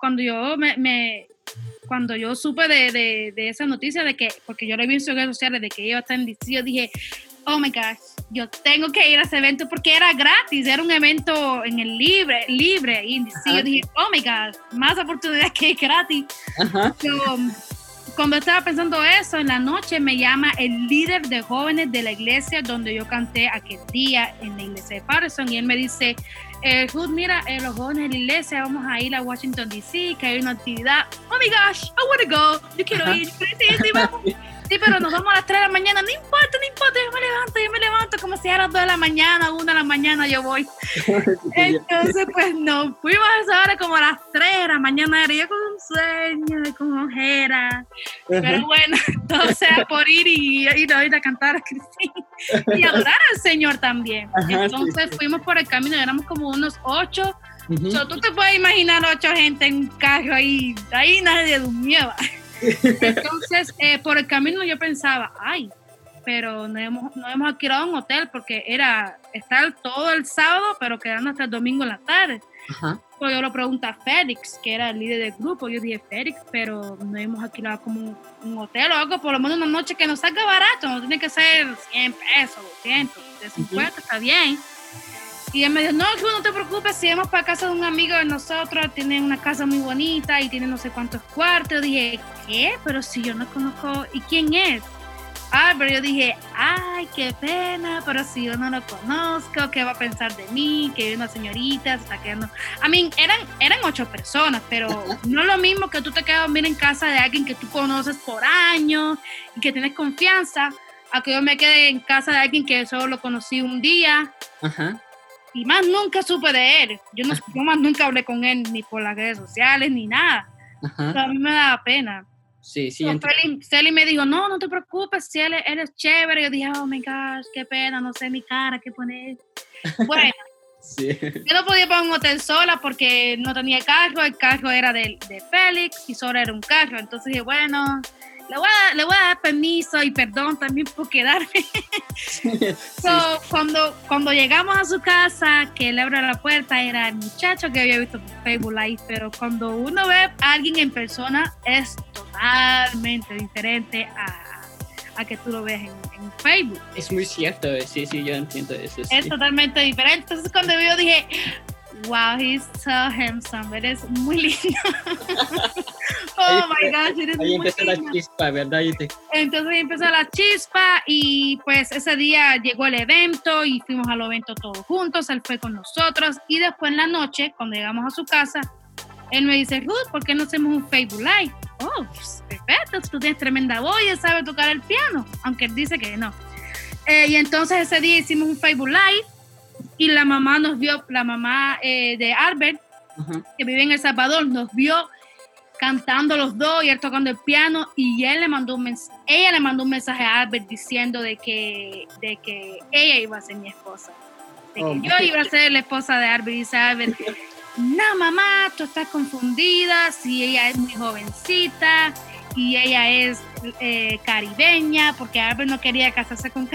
yo supe de esa noticia de que, porque yo le vi en sus redes sociales de que iba a estar en DC, yo dije, oh my gosh, yo tengo que ir a ese evento porque era gratis, era un evento en el libre y en DC. Yo dije, oh my gosh, más oportunidades que es gratis. Cuando estaba pensando eso, en la noche me llama el líder de jóvenes de la iglesia donde yo canté aquel día en la iglesia de Patterson, y él me dice, Ruth, mira, los jóvenes de la iglesia vamos a ir a Washington DC, que hay una actividad. Oh my gosh, I want to go, yo quiero ir. Sí, vamos. Sí, pero nos vamos a las 3 de la mañana. No importa, yo me levanto como si a las 2 de la mañana, 1 de la mañana yo voy. Entonces, pues nos fuimos a esa hora como a las 3 de la mañana, era yo con un sueño y con ojera. Pero bueno, todo sea por ir y ir a cantar a Cristina y adorar al Señor también. Entonces fuimos por el camino, éramos como unos 8. Tú te puedes imaginar 8 gente en un carro ahí nadie durmió. Entonces, por el camino yo pensaba, pero no hemos alquilado un hotel porque era estar todo el sábado, pero quedando hasta el domingo en la tarde. Pues yo lo pregunté a Félix, que era el líder del grupo. Yo dije, Félix, pero no hemos alquilado como un hotel o algo, por lo menos una noche que nos salga barato, no tiene que ser 100 pesos, 200, de 50, está bien. Y él me dijo, no te preocupes, si vamos para casa de un amigo de nosotros, tiene una casa muy bonita y tiene no sé cuántos cuartos. Yo dije, ¿qué? Pero si yo no conozco, ¿y quién es? Pero yo dije, qué pena, pero si yo no lo conozco, ¿qué va a pensar de mí? Que hay una señorita, se está quedando. Eran 8 personas, pero no es lo mismo que tú te quedas a dormir en casa de alguien que tú conoces por años y que tienes confianza, a que yo me quede en casa de alguien que solo lo conocí un día. Y más nunca supe de él. Yo más nunca hablé con él ni por las redes sociales ni nada. Pero a mí me daba pena. Sí. Celi me dijo, no te preocupes, si él es chévere. Yo dije, oh my gosh, qué pena, no sé mi cara, qué poner. Bueno, yo no podía poner un hotel sola porque no tenía el carro era de Félix y solo era un carro. Entonces dije, bueno, le voy a dar permiso y perdón también por quedarme. Cuando llegamos a su casa, que él abre la puerta, era el muchacho que había visto por Facebook Live, pero cuando uno ve a alguien en persona es totalmente diferente a que tú lo ves en Facebook. Es muy cierto, sí, yo entiendo eso. Es totalmente diferente. Entonces cuando yo dije, wow, he's so handsome, eres muy lindo. Oh my gosh, eres muy lindo. Ahí empezó la chispa, ¿verdad? Entonces ahí empezó la chispa y pues ese día llegó el evento y fuimos al evento todos juntos, él fue con nosotros y después en la noche, cuando llegamos a su casa, él me dice, Ruth, ¿por qué no hacemos un Facebook Live? Oh, pues, perfecto, tú tienes tremenda voz y sabes tocar el piano, aunque él dice que no. Y entonces ese día hicimos un Facebook Live y la mamá de Albert, que vive en El Salvador, nos vio cantando los dos y él tocando el piano y ella le mandó un mensaje a Albert diciendo de que ella iba a ser mi esposa, de que yo iba a ser la esposa de Albert. Y dice Albert, no mamá, tú estás confundida, si ella es muy jovencita y ella es caribeña, porque Albert no quería casarse con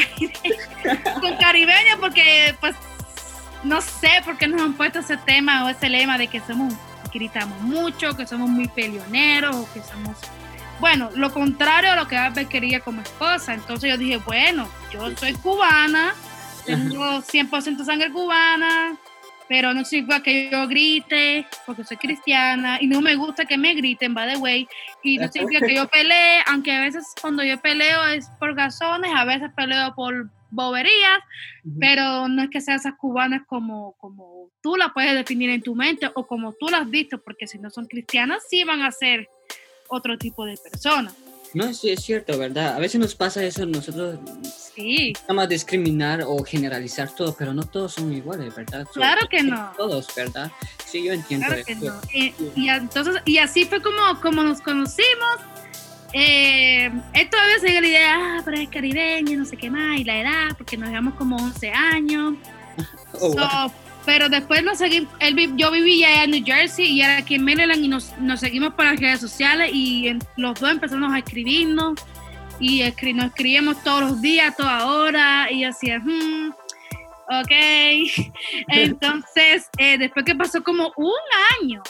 caribeña porque pues no sé por qué nos han puesto ese tema o ese lema de que gritamos mucho, que somos muy peleoneros o que somos, bueno, lo contrario a lo que Albert quería como esposa. Entonces yo dije, bueno, yo soy cubana, tengo 100% sangre cubana, pero no significa que yo grite porque soy cristiana y no me gusta que me griten, by the way, y no significa que yo pelee, aunque a veces cuando yo peleo es por razones, a veces peleo por boberías, pero no es que sean esas cubanas como tú las puedes definir en tu mente o como tú las has visto, porque si no son cristianas sí van a ser otro tipo de personas. No, sí, es cierto, ¿verdad? A veces nos pasa eso, nosotros vamos a discriminar o generalizar todo, pero no todos son iguales, ¿verdad? Claro que no. Todos, ¿verdad? Sí, yo entiendo. Claro que no. Y así fue como nos conocimos. Él todavía sigue la idea, pero es caribeño, no sé qué más, y la edad, porque nos llevamos como 11 años. Pero después yo vivía allá en New Jersey y era aquí en Maryland y nos seguimos por las redes sociales y los dos empezamos a escribirnos y nos escribíamos todos los días, toda hora y yo decía, ok. Entonces, después que pasó como un año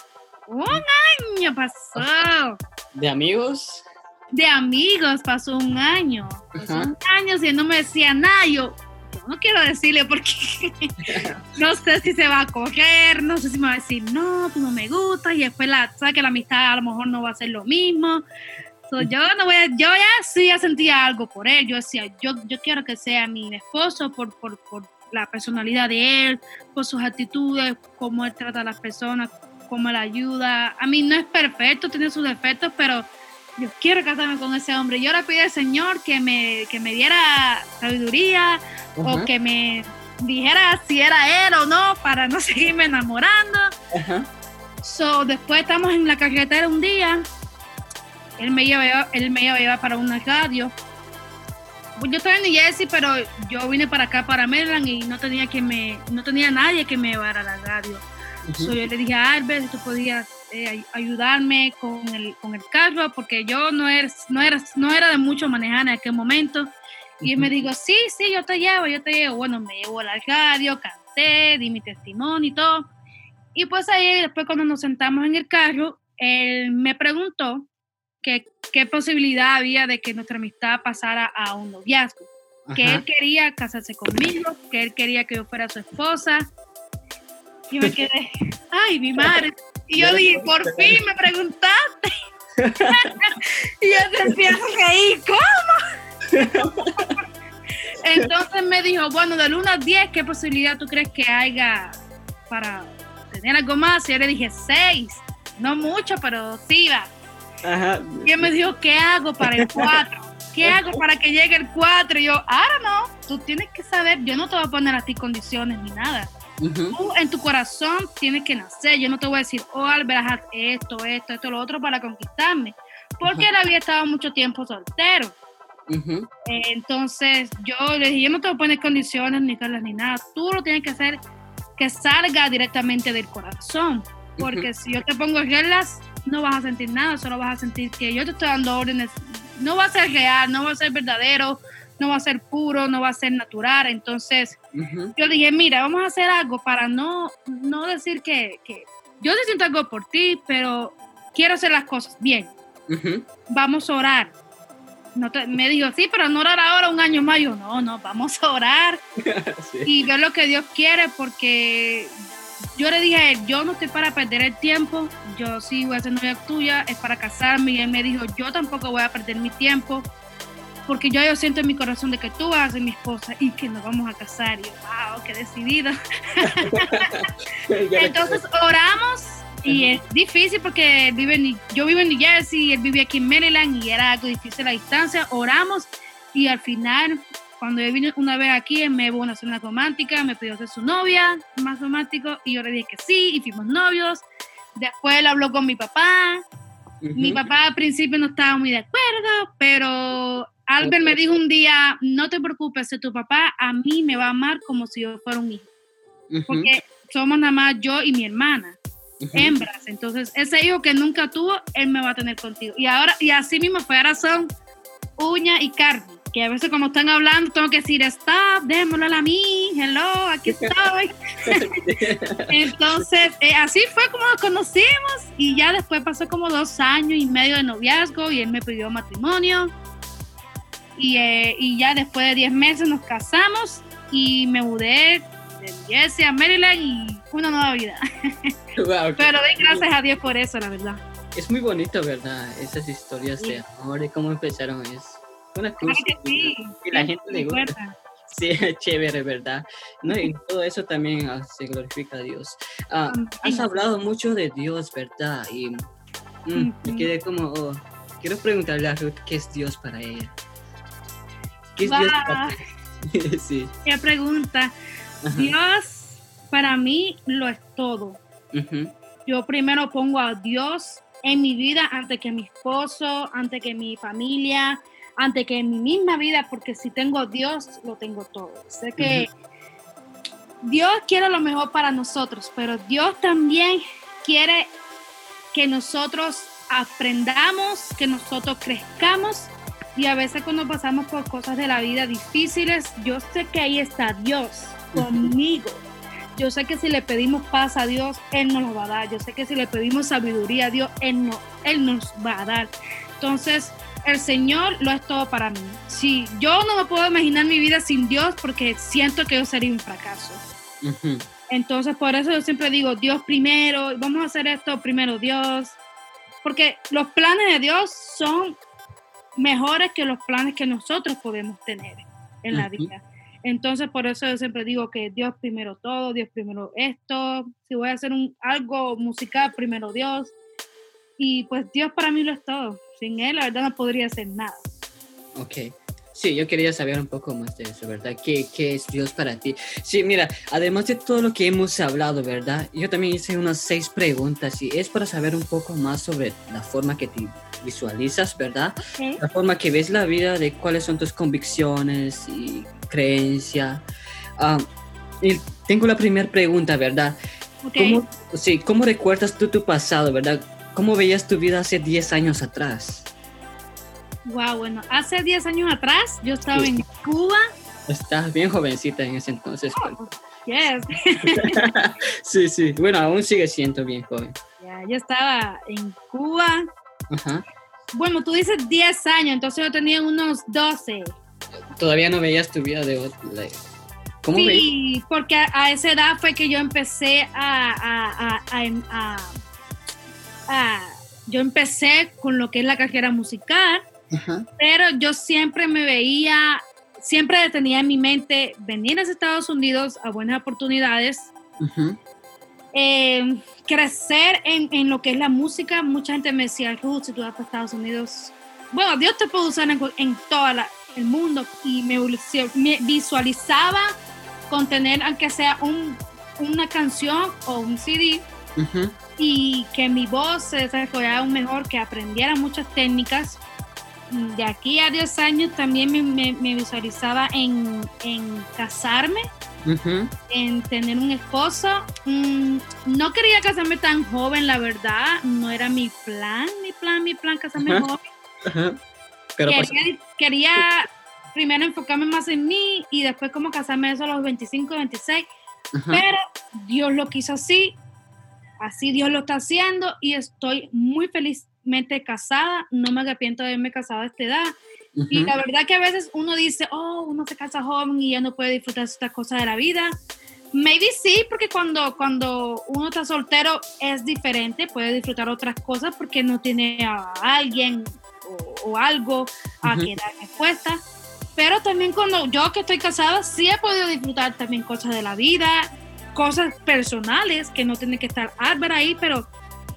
pasó. ¿De amigos? De amigos pasó un año. Pasó un año y él no me decía nada. Yo no quiero decirle porque no sé si se va a coger, no sé si me va a decir, no, tú no me gustas, y después sabes que la amistad a lo mejor no va a ser lo mismo. So, yo ya sí sentía algo por él. Yo decía, yo quiero que sea mi esposo por la personalidad de él, por sus actitudes, cómo él trata a las personas, cómo él ayuda. A mí no es perfecto, tiene sus defectos, pero yo quiero casarme con ese hombre. Yo le pido al Señor que me diera sabiduría, o que me dijera si era él o no, para no seguirme enamorando. So, después estamos en la carretera un día, él me iba a llevar para una radio. Yo estaba en New Jersey, pero yo vine para acá, para Maryland, y no tenía nadie que me llevara a la radio. So, yo le dije a Albert si tú podías ayudarme con el carro, porque yo no era de mucho manejar en aquel momento. Y él me dijo, sí, yo te llevo. Bueno, me llevó a la radio, canté, di mi testimonio y todo. Y pues ahí, después cuando nos sentamos en el carro, él me preguntó qué posibilidad había de que nuestra amistad pasara a un noviazgo. Que él quería casarse conmigo, que él quería que yo fuera su esposa. Y me quedé, ay, mi madre. Y yo dije, por fin me preguntaste. Y yo te empiezo a reír, ¿cómo? Entonces me dijo, bueno, del 1 al 10, ¿qué posibilidad tú crees que haya para tener algo más? Y yo le dije 6, no mucho, pero sí va. Y él me dijo, ¿qué hago para el 4? ¿Qué hago para que llegue el 4? Y yo, ahora no, tú tienes que saber, yo no te voy a poner a ti condiciones ni nada. Tú en tu corazón tienes que nacer. Yo no te voy a decir, Albert, haz esto, lo otro para conquistarme, porque él había estado mucho tiempo soltero. Entonces yo le dije, yo no te voy a poner condiciones ni reglas ni nada, tú lo tienes que hacer que salga directamente del corazón, porque si yo te pongo reglas no vas a sentir nada, solo vas a sentir que yo te estoy dando órdenes. No va a ser real, no va a ser verdadero, no va a ser puro, no va a ser natural. Entonces yo dije, mira, vamos a hacer algo para no decir que yo te siento algo por ti, pero quiero hacer las cosas bien. Vamos a orar. Me dijo, sí, pero no orar ahora, un año más. Yo, no, vamos a orar y ver lo que Dios quiere, porque yo le dije a él, yo no estoy para perder el tiempo, yo sí voy a ser novia tuya, es para casarme. Y él me dijo, yo tampoco voy a perder mi tiempo, porque yo siento en mi corazón de que tú vas a ser mi esposa y que nos vamos a casar. Y yo, wow, qué decidido. Entonces oramos. Y es difícil porque yo vivo en New Jersey, él vive aquí en Maryland y era algo difícil la distancia. Oramos y al final, cuando yo vine una vez aquí, él me llevó a una cena romántica, me pidió ser su novia, más romántico, y yo le dije que sí y fuimos novios. Después él habló con mi papá. Mi papá al principio no estaba muy de acuerdo, pero Albert me dijo un día, no te preocupes, tu papá a mí me va a amar como si yo fuera un hijo, porque somos nada más yo y mi hermana. Hembras, entonces ese hijo que nunca tuvo, él me va a tener contigo. Y así mismo fue, ahora son uña y carne, que a veces cuando están hablando tengo que decir, stop, démoslo a mí, hello, aquí estoy. Entonces así fue como nos conocimos, y ya después pasó como 2 años y medio de noviazgo y él me pidió matrimonio, y ya después de 10 meses nos casamos y me mudé de Jersey a Maryland y una nueva vida. Wow, pero doy gracias a Dios por eso, la verdad. Es muy bonito, ¿verdad? Esas historias de amor y cómo empezaron, es una cosa sí, y la gente le gusta. Sí, chévere, ¿verdad? No, y todo eso también se glorifica a Dios. Has hablado mucho de Dios, ¿verdad? Y me quedé como, quiero preguntarle a Ruth, ¿qué es Dios para ella? ¿Qué es Dios para ti? Sí. Qué pregunta. Dios para mí lo es todo. Yo primero pongo a Dios en mi vida antes que mi esposo, antes que mi familia, antes que mi misma vida, porque si tengo a Dios, lo tengo todo. Sé que Dios quiere lo mejor para nosotros, pero Dios también quiere que nosotros aprendamos, que nosotros crezcamos, y a veces cuando pasamos por cosas de la vida difíciles, yo sé que ahí está Dios conmigo. Yo sé que si le pedimos paz a Dios, Él nos lo va a dar. Yo sé que si le pedimos sabiduría a Dios, Él nos va a dar. Entonces, el Señor lo es todo para mí. Sí, yo no me puedo imaginar mi vida sin Dios porque siento que yo sería un fracaso. Ujú. Entonces, por eso yo siempre digo, Dios primero, vamos a hacer esto primero Dios. Porque los planes de Dios son mejores que los planes que nosotros podemos tener en la vida. Entonces, por eso yo siempre digo que Dios primero todo, Dios primero esto. Si voy a hacer algo musical, primero Dios. Y pues Dios para mí lo es todo. Sin Él, la verdad, no podría hacer nada. Ok. Sí, yo quería saber un poco más de eso, ¿verdad? ¿Qué es Dios para ti? Sí, mira, además de todo lo que hemos hablado, ¿verdad? Yo también hice unas 6 preguntas y es para saber un poco más sobre la forma que te visualizas, ¿verdad? Okay. La forma que ves la vida, de cuáles son tus convicciones y creencias. Y tengo la primera pregunta, ¿verdad? Okay. ¿Cómo recuerdas tú tu pasado, ¿verdad? ¿Cómo veías tu vida hace 10 años atrás? Wow, bueno, hace 10 años atrás yo estaba en Cuba. Estabas bien jovencita en ese entonces. Oh, yes. Sí. Bueno, aún sigue siendo bien joven. Yeah, yo estaba en Cuba. Ajá. Bueno, tú dices 10 años, entonces yo tenía unos 12. Todavía no veías tu vida de otra. ¿Cómo veías? Sí, porque a esa edad fue que yo empecé yo empecé con lo que es la carrera musical. Ajá. Pero yo siempre siempre tenía en mi mente venir a Estados Unidos a buenas oportunidades, crecer en lo que es la música. Mucha gente me decía, Ruth, si tú vas para Estados Unidos, bueno, Dios te puede usar en todo el mundo, y me visualizaba con tener, aunque sea una canción o un CD, y que mi voz se desarrollara aún mejor, que aprendiera muchas técnicas. De aquí a 10 años también me visualizaba en casarme, en tener un esposo. No quería casarme tan joven, la verdad. No era mi plan casarme joven. Pero quería primero enfocarme más en mí y después como casarme eso a los 25, 26. Pero Dios lo quiso así Dios lo está haciendo, y estoy muy felizmente casada. No me arrepiento de haberme casado a esta edad. Y la verdad que a veces uno dice, uno se casa joven y ya no puede disfrutar estas cosas de la vida. Maybe sí, porque cuando uno está soltero es diferente, puede disfrutar otras cosas porque no tiene a alguien o algo a que dar respuesta. Pero también cuando yo que estoy casada, sí he podido disfrutar también cosas de la vida, cosas personales que no tienen que estar Albert ahí, pero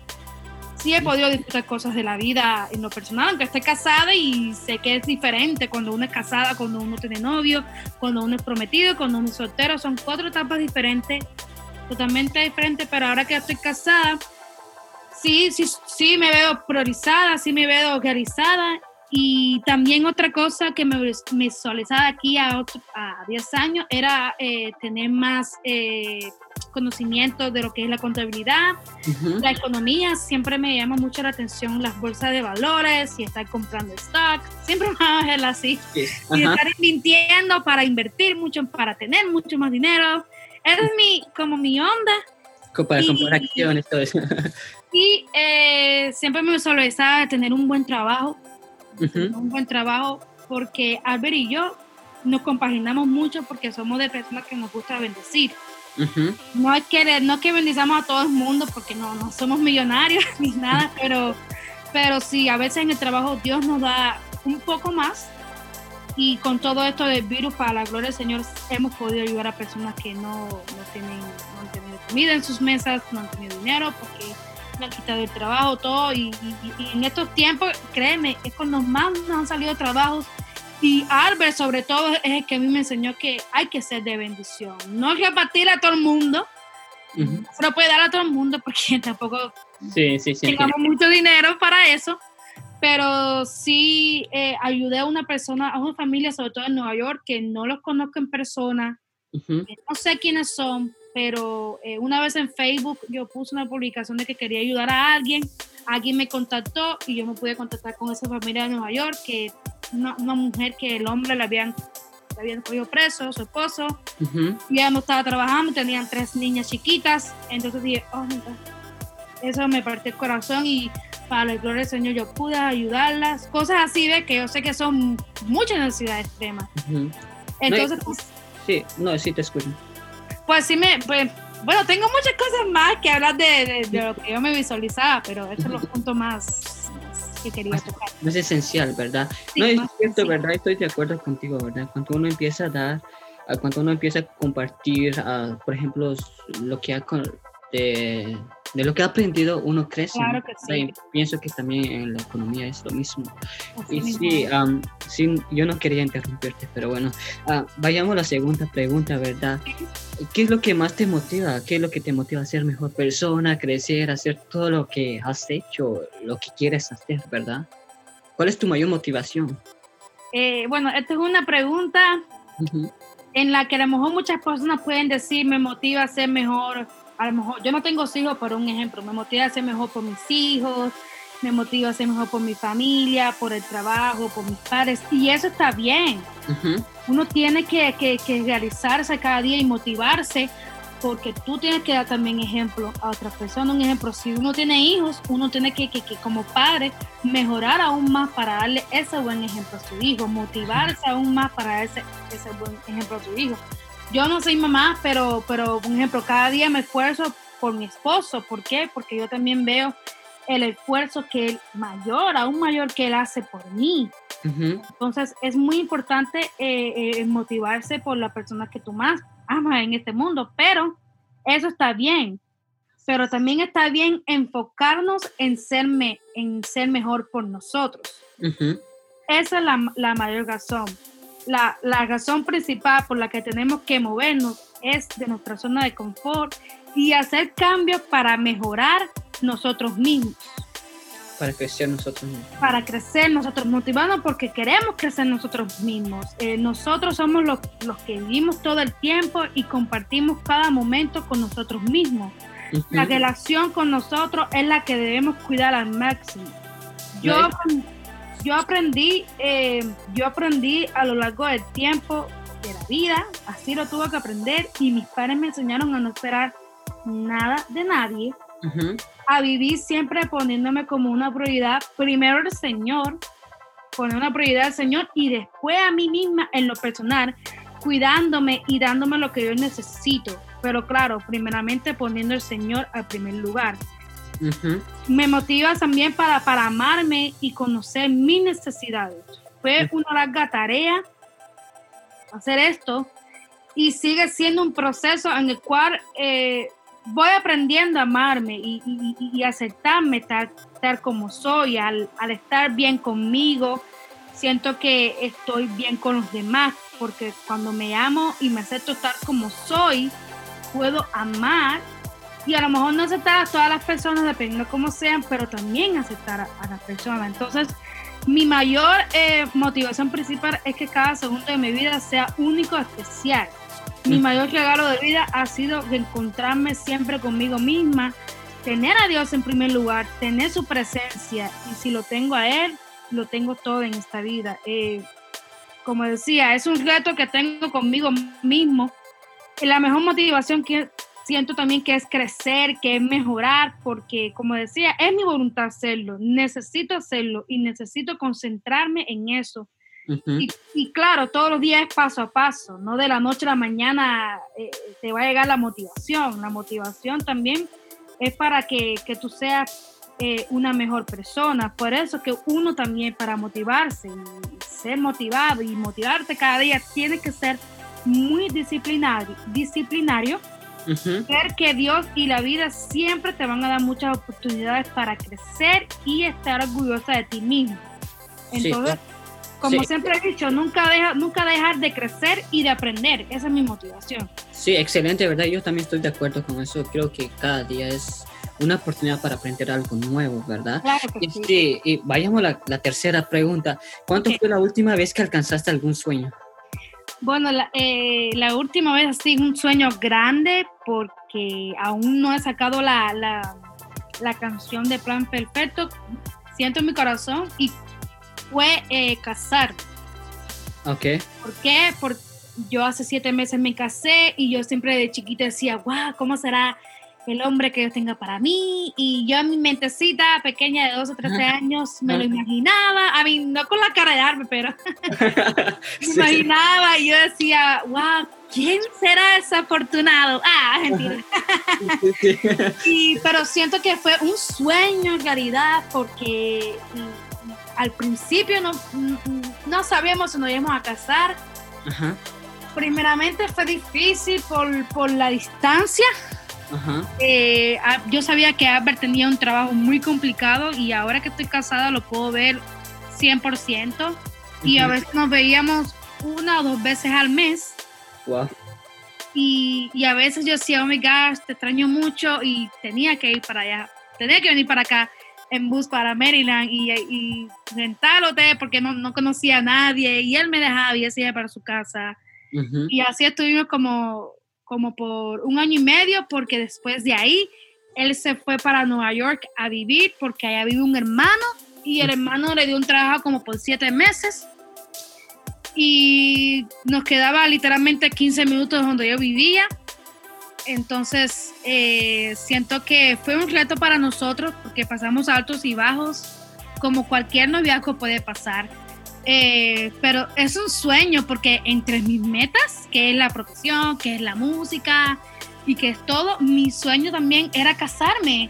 sí he podido disfrutar cosas de la vida en lo personal, aunque esté casada, y sé que es diferente cuando uno es casada, cuando uno tiene novio, cuando uno es prometido, cuando uno es soltero. Son 4 etapas diferentes, totalmente diferentes, pero ahora que estoy casada, sí me veo priorizada, sí me veo realizada. Y también otra cosa que me visualizaba aquí a 10 años era tener más conocimiento de lo que es la contabilidad, la economía. Siempre me llama mucho la atención las bolsas de valores y estar comprando stock. Siempre me va a ver así. Y estar mintiendo para invertir mucho, para tener mucho más dinero. Esa es mi onda. Para comprar acciones, todo eso. Y siempre me visualizaba tener un buen trabajo. Un buen trabajo, porque Albert y yo nos compaginamos mucho porque somos de personas que nos gusta bendecir. No es que bendizamos a todo el mundo porque no somos millonarios ni nada, pero sí, a veces en el trabajo Dios nos da un poco más, y con todo esto del virus, para la gloria del Señor, hemos podido ayudar a personas que no han tenido comida en sus mesas, no han tenido dinero porque me han quitado el trabajo, todo, y en estos tiempos, créeme, es cuando más nos han salido trabajos. Y Albert, sobre todo, es el que a mí me enseñó que hay que ser de bendición, no repartir a todo el mundo. No se lo puede dar a todo el mundo porque tampoco tengamos mucho dinero para eso, pero sí ayudé a una persona, a una familia, sobre todo en Nueva York, que no los conozco en persona, Ujú. No sé quiénes son, pero una vez en Facebook yo puse una publicación de que quería ayudar a alguien me contactó y yo me pude contactar con esa familia de Nueva York, que una mujer que el hombre le habían cogido preso, su esposo, Ujú. y ella no estaba trabajando, tenían 3 niñas chiquitas, entonces dije, oh my God, eso me partió el corazón y para la gloria del Señor yo pude ayudarlas, cosas así de que yo sé que son muchas necesidades extremas. Ujú. No, Entonces, pues, sí, no, sí te escucho. pues sí bueno, tengo muchas cosas más que hablar de lo que yo me visualizaba, pero estos son los puntos más que quería tocar. No es esencial, ¿verdad? Sí, No, es más cierto, sencillo. ¿verdad? Estoy de acuerdo contigo, ¿verdad? Cuando uno empieza a dar, cuando uno empieza a compartir, por ejemplo, lo que de lo que ha aprendido, uno crece, ¿no? Claro que ¿Verdad? sí, Y pienso que también en la economía es lo mismo. así Y mismo sí, es. sí, yo no quería interrumpirte, pero bueno, vayamos a la segunda pregunta, ¿verdad? ¿Qué es lo que más te motiva? ¿Qué es lo que te motiva a ser mejor persona, crecer, hacer todo lo que has hecho, lo que quieres hacer, ¿verdad? ¿Cuál es tu mayor motivación? Bueno, esta es una pregunta Ujú. en la que a lo mejor muchas personas pueden decir, me motiva a ser mejor, a lo mejor, yo no tengo hijos, pero un ejemplo, me motiva a ser mejor por mis hijos, me motiva a ser mejor por mi familia, por el trabajo, por mis padres, y eso está bien. Ujú. Uno tiene que realizarse cada día y motivarse, porque tú tienes que dar también ejemplo a otras personas. Un ejemplo, si uno tiene hijos, uno tiene que como padre mejorar aún más para darle ese buen ejemplo a su hijo, motivarse aún más para dar ese buen ejemplo a su hijo. Yo no soy mamá, pero un ejemplo, cada día me esfuerzo por mi esposo. ¿Por qué? Porque yo también veo el esfuerzo que él aún mayor que él hace por mí. Ujú. Entonces es muy importante motivarse por la persona que tú más amas en este mundo, pero eso está bien, pero también está bien enfocarnos en ser mejor por nosotros. Ujú. Esa es la mayor razón. La razón principal por la que tenemos que movernos es de nuestra zona de confort y hacer cambios para mejorar nosotros mismos. Para crecer nosotros mismos. Para crecer nosotros, motivarnos porque queremos crecer nosotros mismos. Nosotros somos los que vivimos todo el tiempo y compartimos cada momento con nosotros mismos. Ujú. La relación con nosotros es la que debemos cuidar al máximo. Yo, yo aprendí a lo largo del tiempo de la vida, así lo tuve que aprender, y mis padres me enseñaron a no esperar nada de nadie, Ujú. a vivir siempre poniéndome como una prioridad, primero el Señor, poner una prioridad al Señor y después a mí misma en lo personal, cuidándome y dándome lo que yo necesito. Pero claro, primeramente poniendo al Señor al primer lugar. Ujú. Me motiva también para amarme y conocer mis necesidades. Fue una larga tarea hacer esto y sigue siendo un proceso en el cual voy aprendiendo a amarme y aceptarme tal como soy. Al estar bien conmigo, siento que estoy bien con los demás, porque cuando me amo y me acepto tal como soy, puedo amar y a lo mejor no aceptar a todas las personas dependiendo de cómo sean, pero también aceptar a las personas. Entonces, mi mayor motivación principal es que cada segundo de mi vida sea único, especial. Mi mayor regalo de vida ha sido encontrarme siempre conmigo misma, tener a Dios en primer lugar, tener su presencia, y si lo tengo a Él, lo tengo todo en esta vida. Como decía, es un reto que tengo conmigo mismo, y la mejor motivación que siento también que es crecer, que es mejorar, porque como decía, es mi voluntad hacerlo, necesito hacerlo y necesito concentrarme en eso. Ujú. Y claro, todos los días es paso a paso, no de la noche a la mañana te va a llegar la motivación. La motivación también es para que tú seas una mejor persona. Por eso que uno también, para motivarse y ser motivado y motivarte cada día, tiene que ser muy disciplinario. Ujú. Ver que Dios y la vida siempre te van a dar muchas oportunidades para crecer y estar orgullosa de ti mismo. Sí, Entonces, claro. como Sí, siempre he dicho, nunca dejar de crecer y de aprender. Esa es mi motivación. sí, excelente, ¿verdad? Yo también estoy de acuerdo con eso. Creo que cada día es una oportunidad para aprender algo nuevo, ¿verdad? Claro que sí. Sí, y vayamos a la tercera pregunta. ¿Cuánto Ok. fue la última vez que alcanzaste algún sueño? Bueno, la última vez así, un sueño grande, porque aún no he sacado la canción de Plan Perfecto, siento en mi corazón, y fue casar. Ok. ¿Por qué? Porque yo hace 7 meses me casé y yo siempre de chiquita decía, wow, ¿cómo será el hombre que yo tenga para mí? Y yo en mi mentecita pequeña de 12 o 13 años me lo imaginaba, a mí no con la cara de arme, pero me imaginaba y yo decía, wow, ¿quién será ese afortunado? Mentira. Pero siento que fue un sueño en realidad, porque al principio no sabíamos si nos íbamos a casar. Ajá. Primeramente fue difícil por la distancia. Ajá. Yo sabía que Albert tenía un trabajo muy complicado y ahora que estoy casada lo puedo ver 100%. Y a veces nos veíamos 1 o 2 veces al mes. Wow. Y a veces yo decía, oh my gosh, te extraño mucho, y tenía que ir para allá. Tenía que venir para acá en bus para Maryland y rentar hotel porque no conocía a nadie, y él me dejaba y él se iba para su casa. Y así estuvimos como por 1 año y medio, porque después de ahí él se fue para Nueva York a vivir, porque allá vive un hermano, y el hermano le dio un trabajo como por 7 meses, y nos quedaba literalmente 15 minutos donde yo vivía. Entonces siento que fue un reto para nosotros, porque pasamos altos y bajos como cualquier noviazgo puede pasar, pero es un sueño, porque entre mis metas, que es la profesión, que es la música y que es todo, mi sueño también era casarme,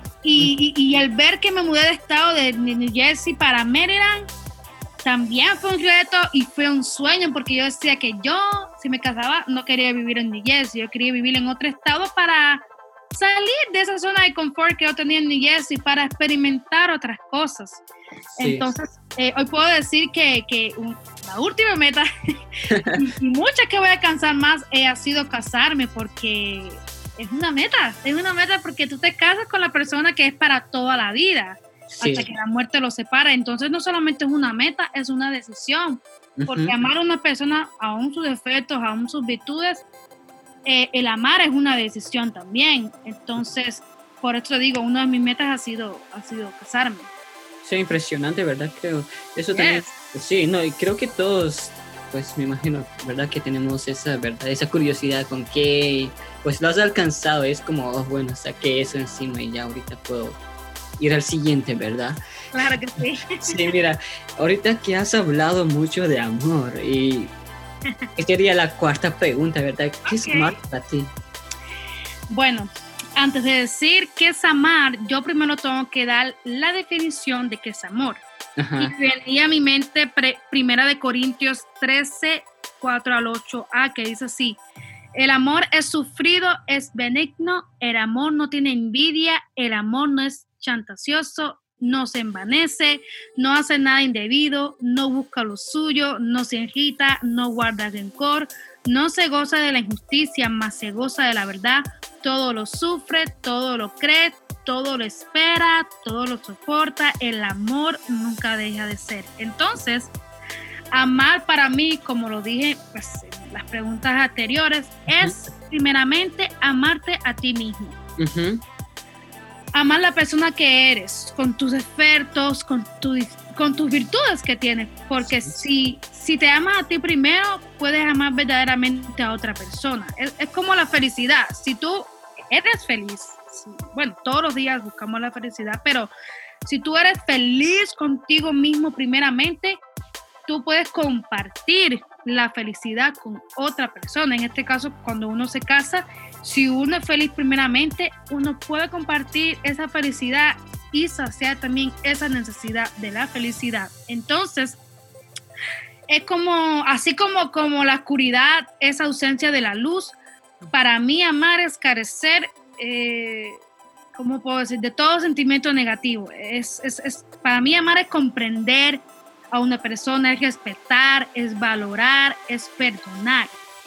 y el ver que me mudé de estado de New Jersey para Maryland también fue un reto y fue un sueño, porque yo decía que yo, si me casaba, no quería vivir en New Jersey, yo quería vivir en otro estado para salir de esa zona de confort que yo tenía en New Jersey, para experimentar otras cosas. Sí. Entonces, hoy puedo decir que la última meta, y muchas que voy a alcanzar más, ha sido casarme, porque es una meta porque tú te casas con la persona que es para toda la vida. Sí. Hasta que la muerte los separa. Entonces no solamente es una meta, es una decisión, porque amar a una persona, aún sus defectos, aún sus virtudes, el amar es una decisión también. Entonces, por eso digo, una de mis metas ha sido casarme. Sí, impresionante, ¿verdad? Creo, eso también, sí, no, y creo que todos, pues me imagino, ¿verdad? Que tenemos esa, ¿verdad? Esa curiosidad con que, pues lo has alcanzado, es como, oh, bueno, saqué eso encima y ya ahorita puedo ir al siguiente, ¿verdad? Claro que sí. Sí, mira, ahorita que has hablado mucho de amor, y esta sería la 4ª pregunta, ¿verdad? ¿Qué es amar para ti? Bueno, antes de decir qué es amar, yo primero tengo que dar la definición de qué es amor. Ajá. Y venía a mi mente 1 Corintios 13, 4 al 8a, que dice así: el amor es sufrido, es benigno, el amor no tiene envidia, el amor no es chantajoso, no se envanece, no hace nada indebido, no busca lo suyo, no se irrita, no guarda rencor, no se goza de la injusticia, mas se goza de la verdad, todo lo sufre, todo lo cree, todo lo espera, todo lo soporta, el amor nunca deja de ser. Entonces, amar para mí, como lo dije pues, en las preguntas anteriores, es primeramente amarte a ti mismo. Amar la persona que eres, con tus defectos, con tus virtudes que tienes, porque si te amas a ti primero, puedes amar verdaderamente a otra persona. Es como la felicidad. Si tú eres feliz, bueno, todos los días buscamos la felicidad, pero si tú eres feliz contigo mismo primeramente, tú puedes compartir la felicidad con otra persona. En este caso, cuando uno se casa, si uno es feliz primeramente, uno puede compartir esa felicidad y saciar también esa necesidad de la felicidad. Entonces, es como, así como la oscuridad es ausencia de la luz, para mí amar es carecer, ¿cómo puedo decir?, de todo sentimiento negativo. Para mí amar es comprender a una persona, es respetar, es valorar, es perdonar,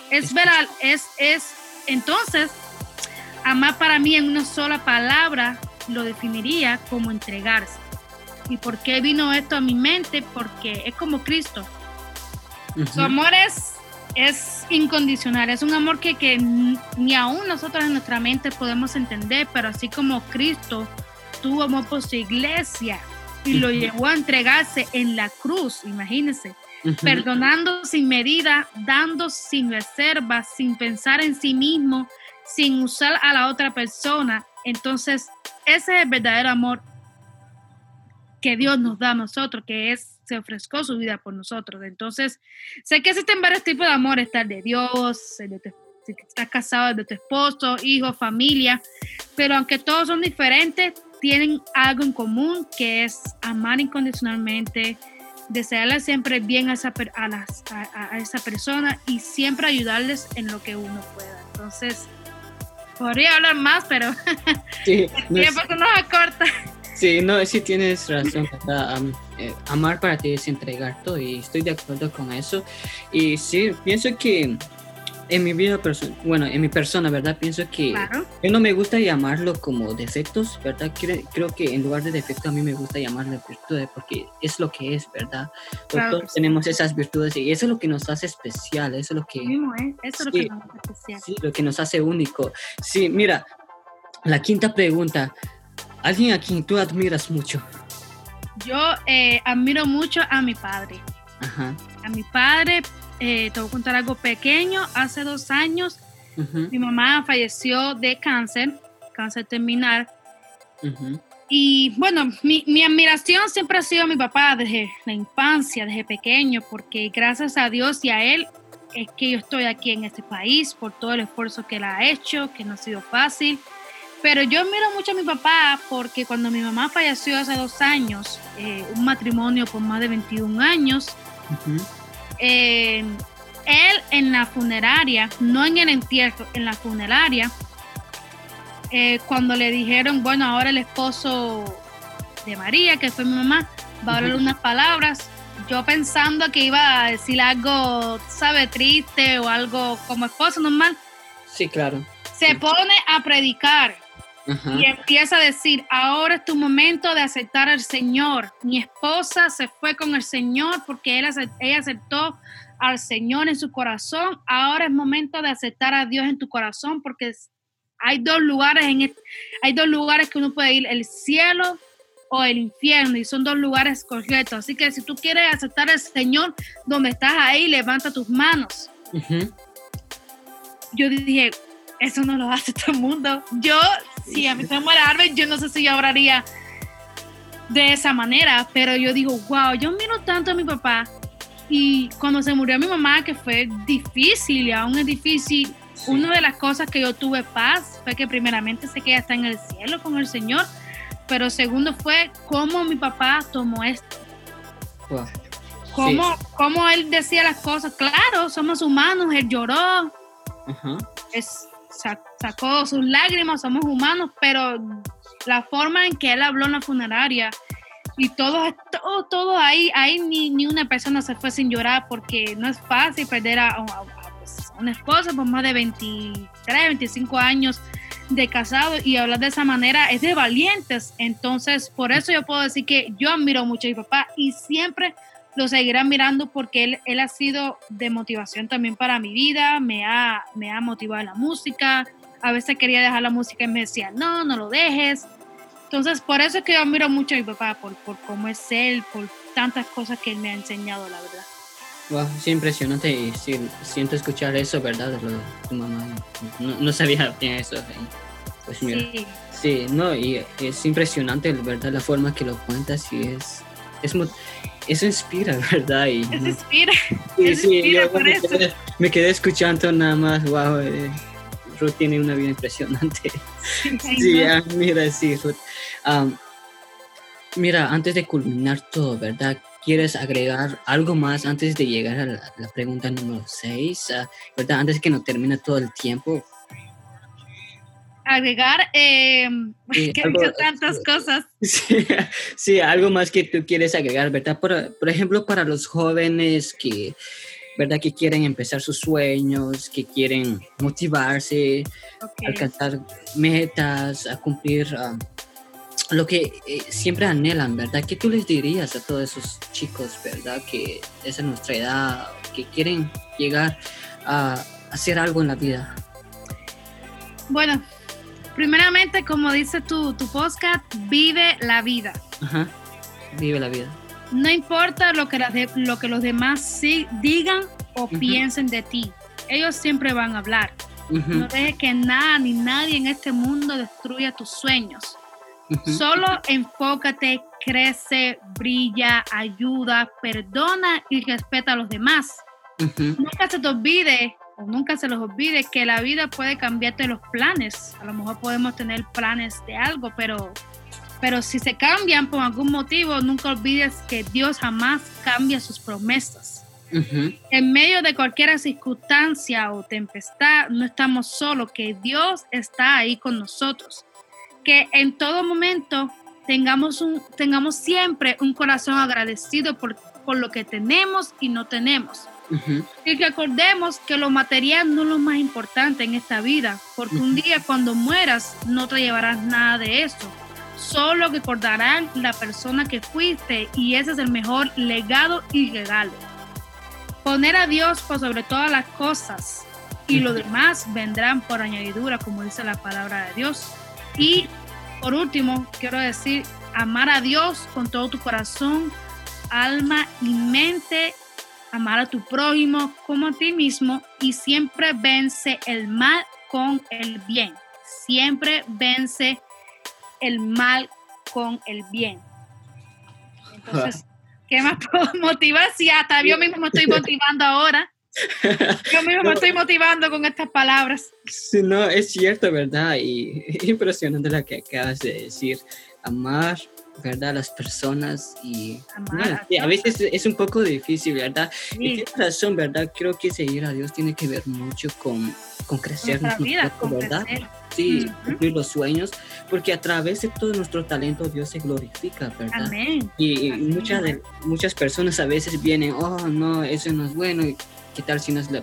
entonces, amar para mí en una sola palabra lo definiría como entregarse. ¿Y por qué vino esto a mi mente? Porque es como Cristo. Su amor es es incondicional, es un amor que ni aún nosotros en nuestra mente podemos entender, pero así como Cristo tuvo amor por su iglesia y lo llevó a entregarse en la cruz, imagínense, perdonando sin medida, dando sin reservas, sin pensar en sí mismo, sin usar a la otra persona. Entonces, ese es el verdadero amor que Dios nos da a nosotros, se ofreció su vida por nosotros. Entonces, sé que existen varios tipos de amor, está el de Dios, si estás casado, el de tu esposo, hijos, familia, pero aunque todos son diferentes, tienen algo en común, que es amar incondicionalmente, desearle siempre bien a esa persona y siempre ayudarles en lo que uno pueda. Entonces, podría hablar más, pero sí, el tiempo se nos acorta. Sí, no, sí tienes razón, ¿verdad? Amar para ti es entregar todo y estoy de acuerdo con eso. Y sí, pienso que en mi vida personal, bueno, en mi persona, ¿verdad? Pienso que claro. Yo no me gusta llamarlo como defectos, ¿verdad? Creo que en lugar de defecto a mí me gusta llamarlo virtudes porque es lo que es, ¿verdad? Claro, todos tenemos esas virtudes y eso es lo que nos hace especial, eso es lo que... Eso es lo que nos hace especial. Sí, lo que nos hace único. Sí, mira, la quinta pregunta. ¿Alguien a quien tú admiras mucho? Yo admiro mucho a mi padre. Ajá. A mi padre, te voy a contar algo pequeño. Hace 2 años, mi mamá falleció de cáncer terminal. Y bueno, mi admiración siempre ha sido mi papá desde la infancia, desde pequeño, porque gracias a Dios y a él es que yo estoy aquí en este país, por todo el esfuerzo que él ha hecho, que no ha sido fácil. Pero yo admiro mucho a mi papá porque cuando mi mamá falleció hace 2 años, un matrimonio por más de 21 años, él en la funeraria, no en el entierro, en la funeraria, cuando le dijeron, bueno, ahora el esposo de María, que fue mi mamá, va a hablar unas palabras, yo pensando que iba a decir algo, ¿sabe? Triste o algo como esposo normal. Sí, claro. Se pone a predicar. Y empieza a decir, ahora es tu momento de aceptar al Señor. Mi esposa se fue con el Señor porque ella aceptó al Señor en su corazón. Ahora es momento de aceptar a Dios en tu corazón porque hay dos lugares que uno puede ir, el cielo o el infierno, y son 2 lugares correctos. Así que si tú quieres aceptar al Señor donde estás ahí, levanta tus manos. Yo dije, eso no lo hace todo el mundo. Si a mí se me muere Albert, yo no sé si yo hablaría de esa manera, pero yo digo, wow, yo miro tanto a mi papá, y cuando se murió mi mamá, que fue difícil y aún es difícil, una de las cosas que yo tuve paz fue que primeramente sé que ella está en el cielo con el Señor, pero segundo fue cómo mi papá tomó esto. Wow. Cómo él decía las cosas. Claro, somos humanos, él lloró, sacó sus lágrimas, somos humanos, pero la forma en que él habló en la funeraria y todo ahí ni una persona se fue sin llorar, porque no es fácil perder a una esposa por más de 23, 25 años de casado, y hablar de esa manera es de valientes. Entonces, por eso yo puedo decir que yo admiro mucho a mi papá y siempre lo seguiré admirando, porque él ha sido de motivación también para mi vida, me ha motivado en la música. A veces quería dejar la música y me decía, no lo dejes. Entonces, por eso es que yo admiro mucho a mi papá, por cómo es él, por tantas cosas que él me ha enseñado, la verdad. Wow, sí, impresionante, y sí, siento escuchar eso, ¿verdad? De lo de tu mamá. No sabía bien eso. Pues mira, sí, no, y es impresionante, ¿verdad? La forma que lo cuentas, y eso inspira, ¿verdad? Y, eso inspira. Yo me quedé escuchando nada más. Wow, Ruth tiene una vida impresionante. Mira, sí, Ruth. Mira, antes de culminar todo, ¿verdad? ¿Quieres agregar algo más antes de llegar a la pregunta número 6? ¿Verdad? Antes de que nos termine todo el tiempo. Agregar tantas cosas. Sí, algo más que tú quieres agregar, ¿verdad? Por ejemplo, para los jóvenes que, ¿verdad? Que quieren empezar sus sueños, que quieren motivarse, alcanzar metas, a cumplir lo que siempre anhelan, ¿verdad? ¿Qué tú les dirías a todos esos chicos, ¿verdad? Que es en nuestra edad, que quieren llegar a hacer algo en la vida. Bueno, primeramente, como dice tu podcast, vive la vida. Ajá, vive la vida. No importa lo que los demás digan o piensen de ti. Ellos siempre van a hablar. No dejes que nada ni nadie en este mundo destruya tus sueños. Solo enfócate, crece, brilla, ayuda, perdona y respeta a los demás. Nunca se te olvide o nunca se les olvide que la vida puede cambiarte los planes. A lo mejor podemos tener planes de algo, pero si se cambian por algún motivo, nunca olvides que Dios jamás cambia sus promesas. En medio de cualquier circunstancia o tempestad, no estamos solos, que Dios está ahí con nosotros. Que en todo momento tengamos siempre un corazón agradecido por lo que tenemos y no tenemos. Y que acordemos que lo material no es lo más importante en esta vida, porque un día cuando mueras no te llevarás nada de eso. Solo recordarán la persona que fuiste, y ese es el mejor legado y regalo. Poner a Dios por sobre todas las cosas, y lo demás vendrán por añadidura, como dice la palabra de Dios. Y por último, quiero decir, amar a Dios con todo tu corazón, alma y mente, amar a tu prójimo como a ti mismo, y siempre vence el mal con el bien. Siempre vence el mal con el bien. Entonces, ¿qué más puedo motivar? Si hasta yo mismo me estoy motivando ahora. Yo mismo me estoy motivando con estas palabras. Sí, no, es cierto, ¿verdad? Y es impresionante lo que acabas de decir. Amar, ¿verdad? A las personas y a veces es un poco difícil, ¿verdad? Sí. Y tienes razón, ¿verdad? Creo que seguir a Dios tiene que ver mucho con crecer nuestra vida, con ¿verdad? Crecer. Sí, cumplir los sueños, porque a través de todo nuestro talento Dios se glorifica, ¿verdad? Amén. Y muchas personas a veces vienen, oh, no, eso no es bueno, ¿qué tal si no es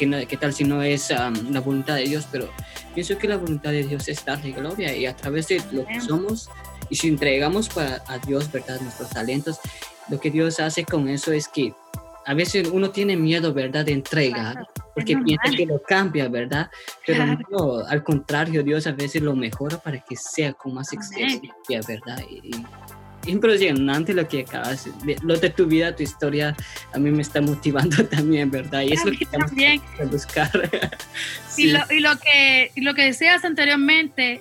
la voluntad de Dios? Pero pienso que la voluntad de Dios es darle gloria, y a través de lo que somos, y si entregamos a Dios, ¿verdad?, nuestros talentos, lo que Dios hace con eso es que a veces uno tiene miedo, ¿verdad?, de entregar, porque piensa que lo cambia, ¿verdad? Pero no, al contrario, Dios a veces lo mejora para que sea con más excelencia, ¿verdad? Y impresionante lo que acabas de tu vida, tu historia, a mí me está motivando también, ¿verdad? Y es lo que estamos a buscar. Sí. Y lo que decías anteriormente,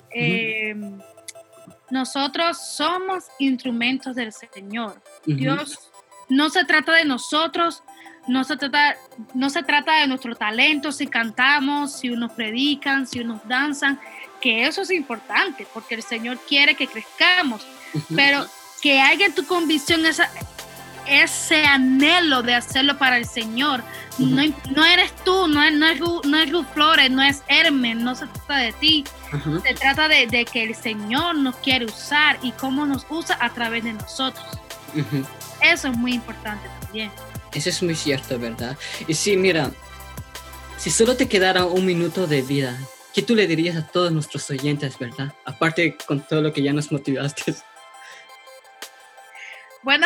nosotros somos instrumentos del Señor. Dios, no se trata de nosotros, no se trata de nuestro talento, si cantamos, si unos predican, si unos danzan, que eso es importante, porque el Señor quiere que crezcamos, pero que haya en tu convicción ese anhelo de hacerlo para el Señor. No eres tú, no es Ruth Flores, no es Hermes, no se trata de ti. Se trata de que el Señor nos quiere usar y cómo nos usa a través de nosotros. Eso es muy importante también. Eso es muy cierto, ¿verdad? Y sí, mira, si solo te quedara un minuto de vida, ¿qué tú le dirías a todos nuestros oyentes, verdad? Aparte con todo lo que ya nos motivaste. Bueno,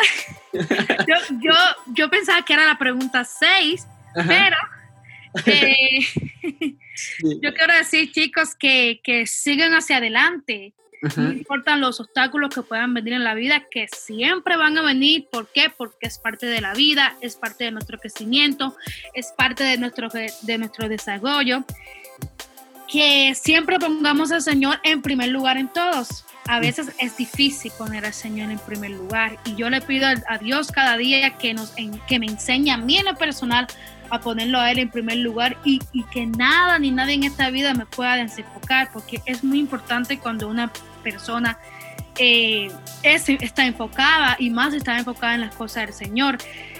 yo pensaba que era la pregunta 6, pero yo quiero decir, chicos, que sigan hacia adelante. No importan los obstáculos que puedan venir en la vida, que siempre van a venir. ¿Por qué? Porque es parte de la vida, es parte de nuestro crecimiento, es parte de nuestro desarrollo. Que siempre pongamos al Señor en primer lugar en todos. A veces es difícil poner al Señor en primer lugar, y yo le pido a Dios cada día que me enseñe a mí en lo personal a ponerlo a Él en primer lugar, y que nada ni nadie en esta vida me pueda desenfocar, porque es muy importante cuando una persona está enfocada, y más está enfocada en las cosas del Señor,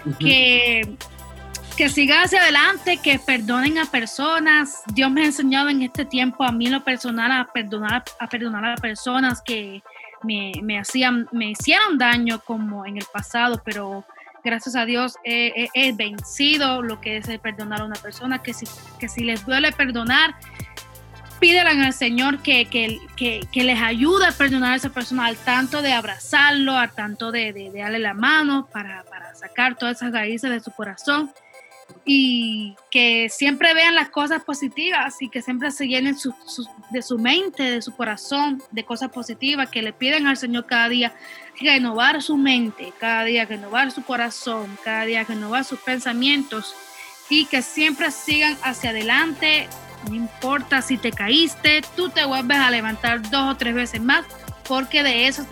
que sigan hacia adelante, que perdonen a personas. Dios me ha enseñado en este tiempo a mí en lo personal a perdonar a personas que me hicieron daño como en el pasado, pero gracias a Dios he vencido lo que es el perdonar a una persona, que si les duele perdonar, pídele al Señor que les ayude a perdonar a esa persona, al tanto de abrazarlo, al tanto de darle la mano para sacar todas esas raíces de su corazón, y que siempre vean las cosas positivas y que siempre se llenen de su mente, de su corazón, de cosas positivas, que le piden al Señor cada día renovar su mente, cada día renovar su corazón, cada día renovar sus pensamientos, y que siempre sigan hacia adelante. No importa si te caíste, tú te vuelves a levantar 2 o 3 veces más, porque de eso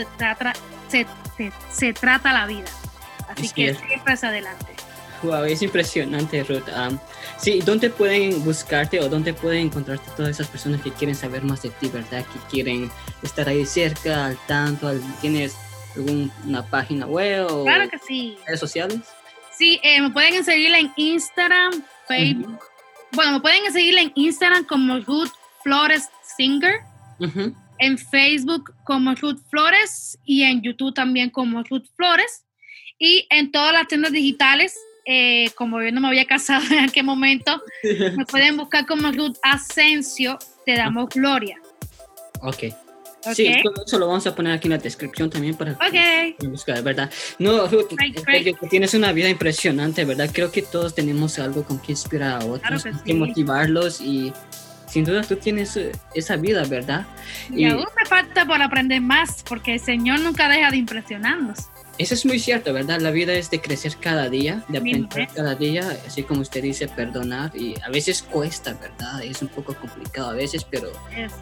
se trata la vida. Así que siempre hacia adelante. Wow, es impresionante, Ruth. Sí, ¿dónde pueden buscarte o dónde pueden encontrarte todas esas personas que quieren saber más de ti, verdad? Que quieren estar ahí cerca, al tanto. ¿Tienes alguna página web o claro que sí. redes sociales? Sí, me pueden seguir en Instagram, Facebook. Uh-huh. Bueno, me pueden seguir en Instagram como Ruth Flores Singer, uh-huh. En Facebook como Ruth Flores y en YouTube también como Ruth Flores, y en todas las tiendas digitales. Como yo no me había casado en aquel momento, me pueden buscar como Ruth Asensio, Te Damos Gloria. Ok. Sí, todo eso lo vamos a poner aquí en la descripción también para buscar, ¿verdad? No, Ruth, great. Tienes una vida impresionante, ¿verdad? Creo que todos tenemos algo con que inspirar a otros, claro que motivarlos, y sin duda tú tienes esa vida, ¿verdad? Y aún me falta por aprender más, porque el Señor nunca deja de impresionarnos. Eso es muy cierto, ¿verdad? La vida es de crecer cada día, de aprender cada día, así como usted dice, perdonar, y a veces cuesta, ¿verdad? Es un poco complicado a veces, pero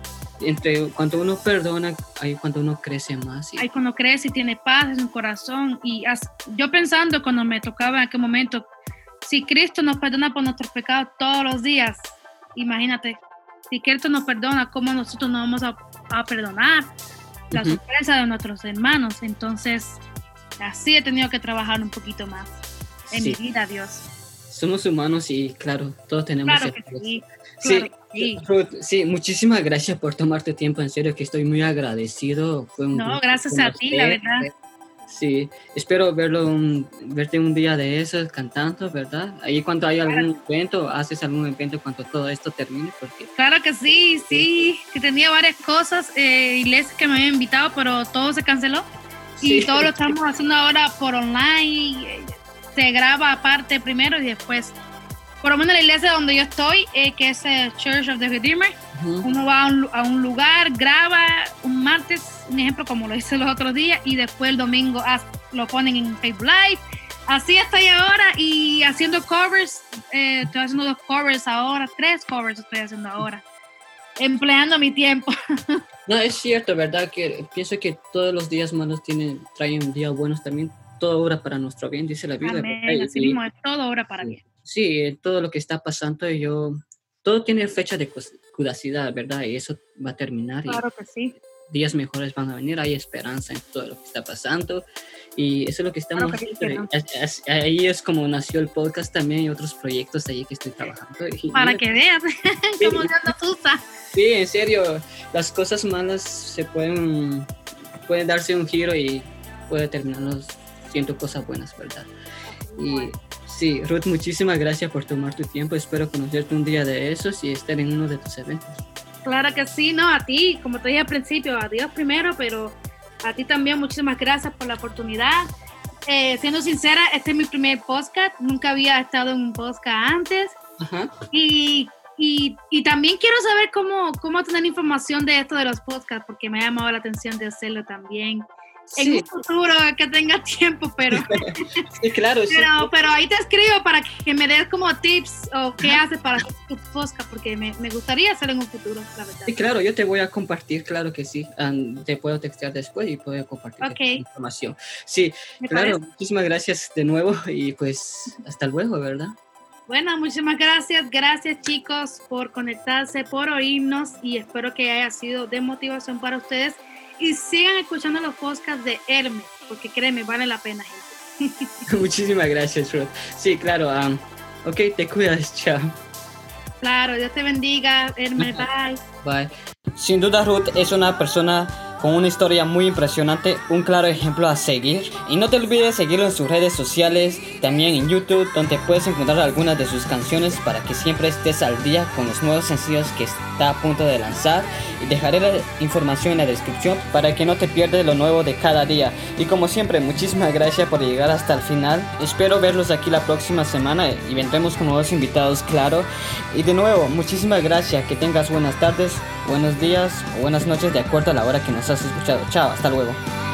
cuando uno perdona, ahí cuando uno crece más. Ahí cuando crece y tiene paz en su corazón. Y yo pensando cuando me tocaba en aquel momento, si Cristo nos perdona por nuestros pecados todos los días, imagínate, si Cristo nos perdona, ¿cómo nosotros nos vamos a perdonar la sorpresa de nuestros hermanos? Entonces, así he tenido que trabajar un poquito más en mi vida, Dios. Somos humanos y claro, todos tenemos claro que sí. Claro que sí. Ruth, sí, muchísimas gracias por tomar tu tiempo, en serio que estoy muy agradecido. Gracias a ti, la verdad. Sí, espero verte un día de esos cantando, ¿verdad? Ahí cuando hay algún evento, haces algún evento cuando todo esto termine, porque... Claro que sí, que tenía varias cosas, iglesias que me habían invitado, pero todo se canceló. Y todo lo estamos haciendo ahora por online, se graba aparte primero y después, por lo menos la iglesia donde yo estoy, que es Church of the Redeemer, uno va a un lugar, graba un martes, un ejemplo como lo hice los otros días, y después el domingo lo ponen en Facebook Live. Así estoy ahora, y haciendo covers, estoy haciendo 2 covers ahora, 3 covers estoy haciendo ahora, empleando mi tiempo. No, es cierto, ¿verdad? Que pienso que todos los días malos traen días buenos también. Todo obra para nuestro bien, dice la Biblia. Amén, así mismo es, todo obra para bien. Sí, todo lo que está pasando, todo tiene fecha de caducidad, ¿verdad? Y eso va a terminar. Claro que sí. Días mejores van a venir, hay esperanza en todo lo que está pasando. Y eso es lo que estamos haciendo. Ahí es como nació el podcast también, y otros proyectos ahí que estoy trabajando. Para que veas cómo Dios nos usa. Sí, en serio, las cosas malas pueden darse un giro y puede terminarnos siendo cosas buenas, ¿verdad? Y sí, Ruth, muchísimas gracias por tomar tu tiempo. Espero conocerte un día de esos y estar en uno de tus eventos. Claro que sí, a ti, como te dije al principio, a Dios primero, pero a ti también muchísimas gracias por la oportunidad. Siendo sincera, este es mi primer podcast, nunca había estado en un podcast antes. Ajá. Y también quiero saber cómo tener información de esto de los podcasts, porque me ha llamado la atención de hacerlo también. Sí. En un futuro que tenga tiempo, pero sí, claro, pero ahí te escribo para que me des como tips o qué haces para tu podcast, porque me gustaría hacerlo en un futuro, la verdad. Sí, claro, yo te voy a compartir, claro que sí. Te puedo textear después y puedo compartir información. Sí, claro, muchísimas gracias de nuevo y pues hasta luego, ¿verdad? Bueno, muchísimas gracias chicos por conectarse, por oírnos, y espero que haya sido de motivación para ustedes. Y sigan escuchando los podcasts de Hermes, porque créeme, vale la pena, gente. Muchísimas gracias, Ruth. Sí, claro. Ok, te cuidas, chao. Claro, Dios te bendiga, Hermes, bye. Bye. Sin duda, Ruth es una persona con una historia muy impresionante, un claro ejemplo a seguir. Y no te olvides seguirlo en sus redes sociales, también en YouTube, donde puedes encontrar algunas de sus canciones para que siempre estés al día con los nuevos sencillos que está a punto de lanzar. Y dejaré la información en la descripción para que no te pierdas lo nuevo de cada día. Y como siempre, muchísimas gracias por llegar hasta el final. Espero verlos aquí la próxima semana y vendremos con nuevos invitados, claro. Y de nuevo, muchísimas gracias. Que tengas buenas tardes, buenos días o buenas noches de acuerdo a la hora que nos has escuchado. Chao, hasta luego.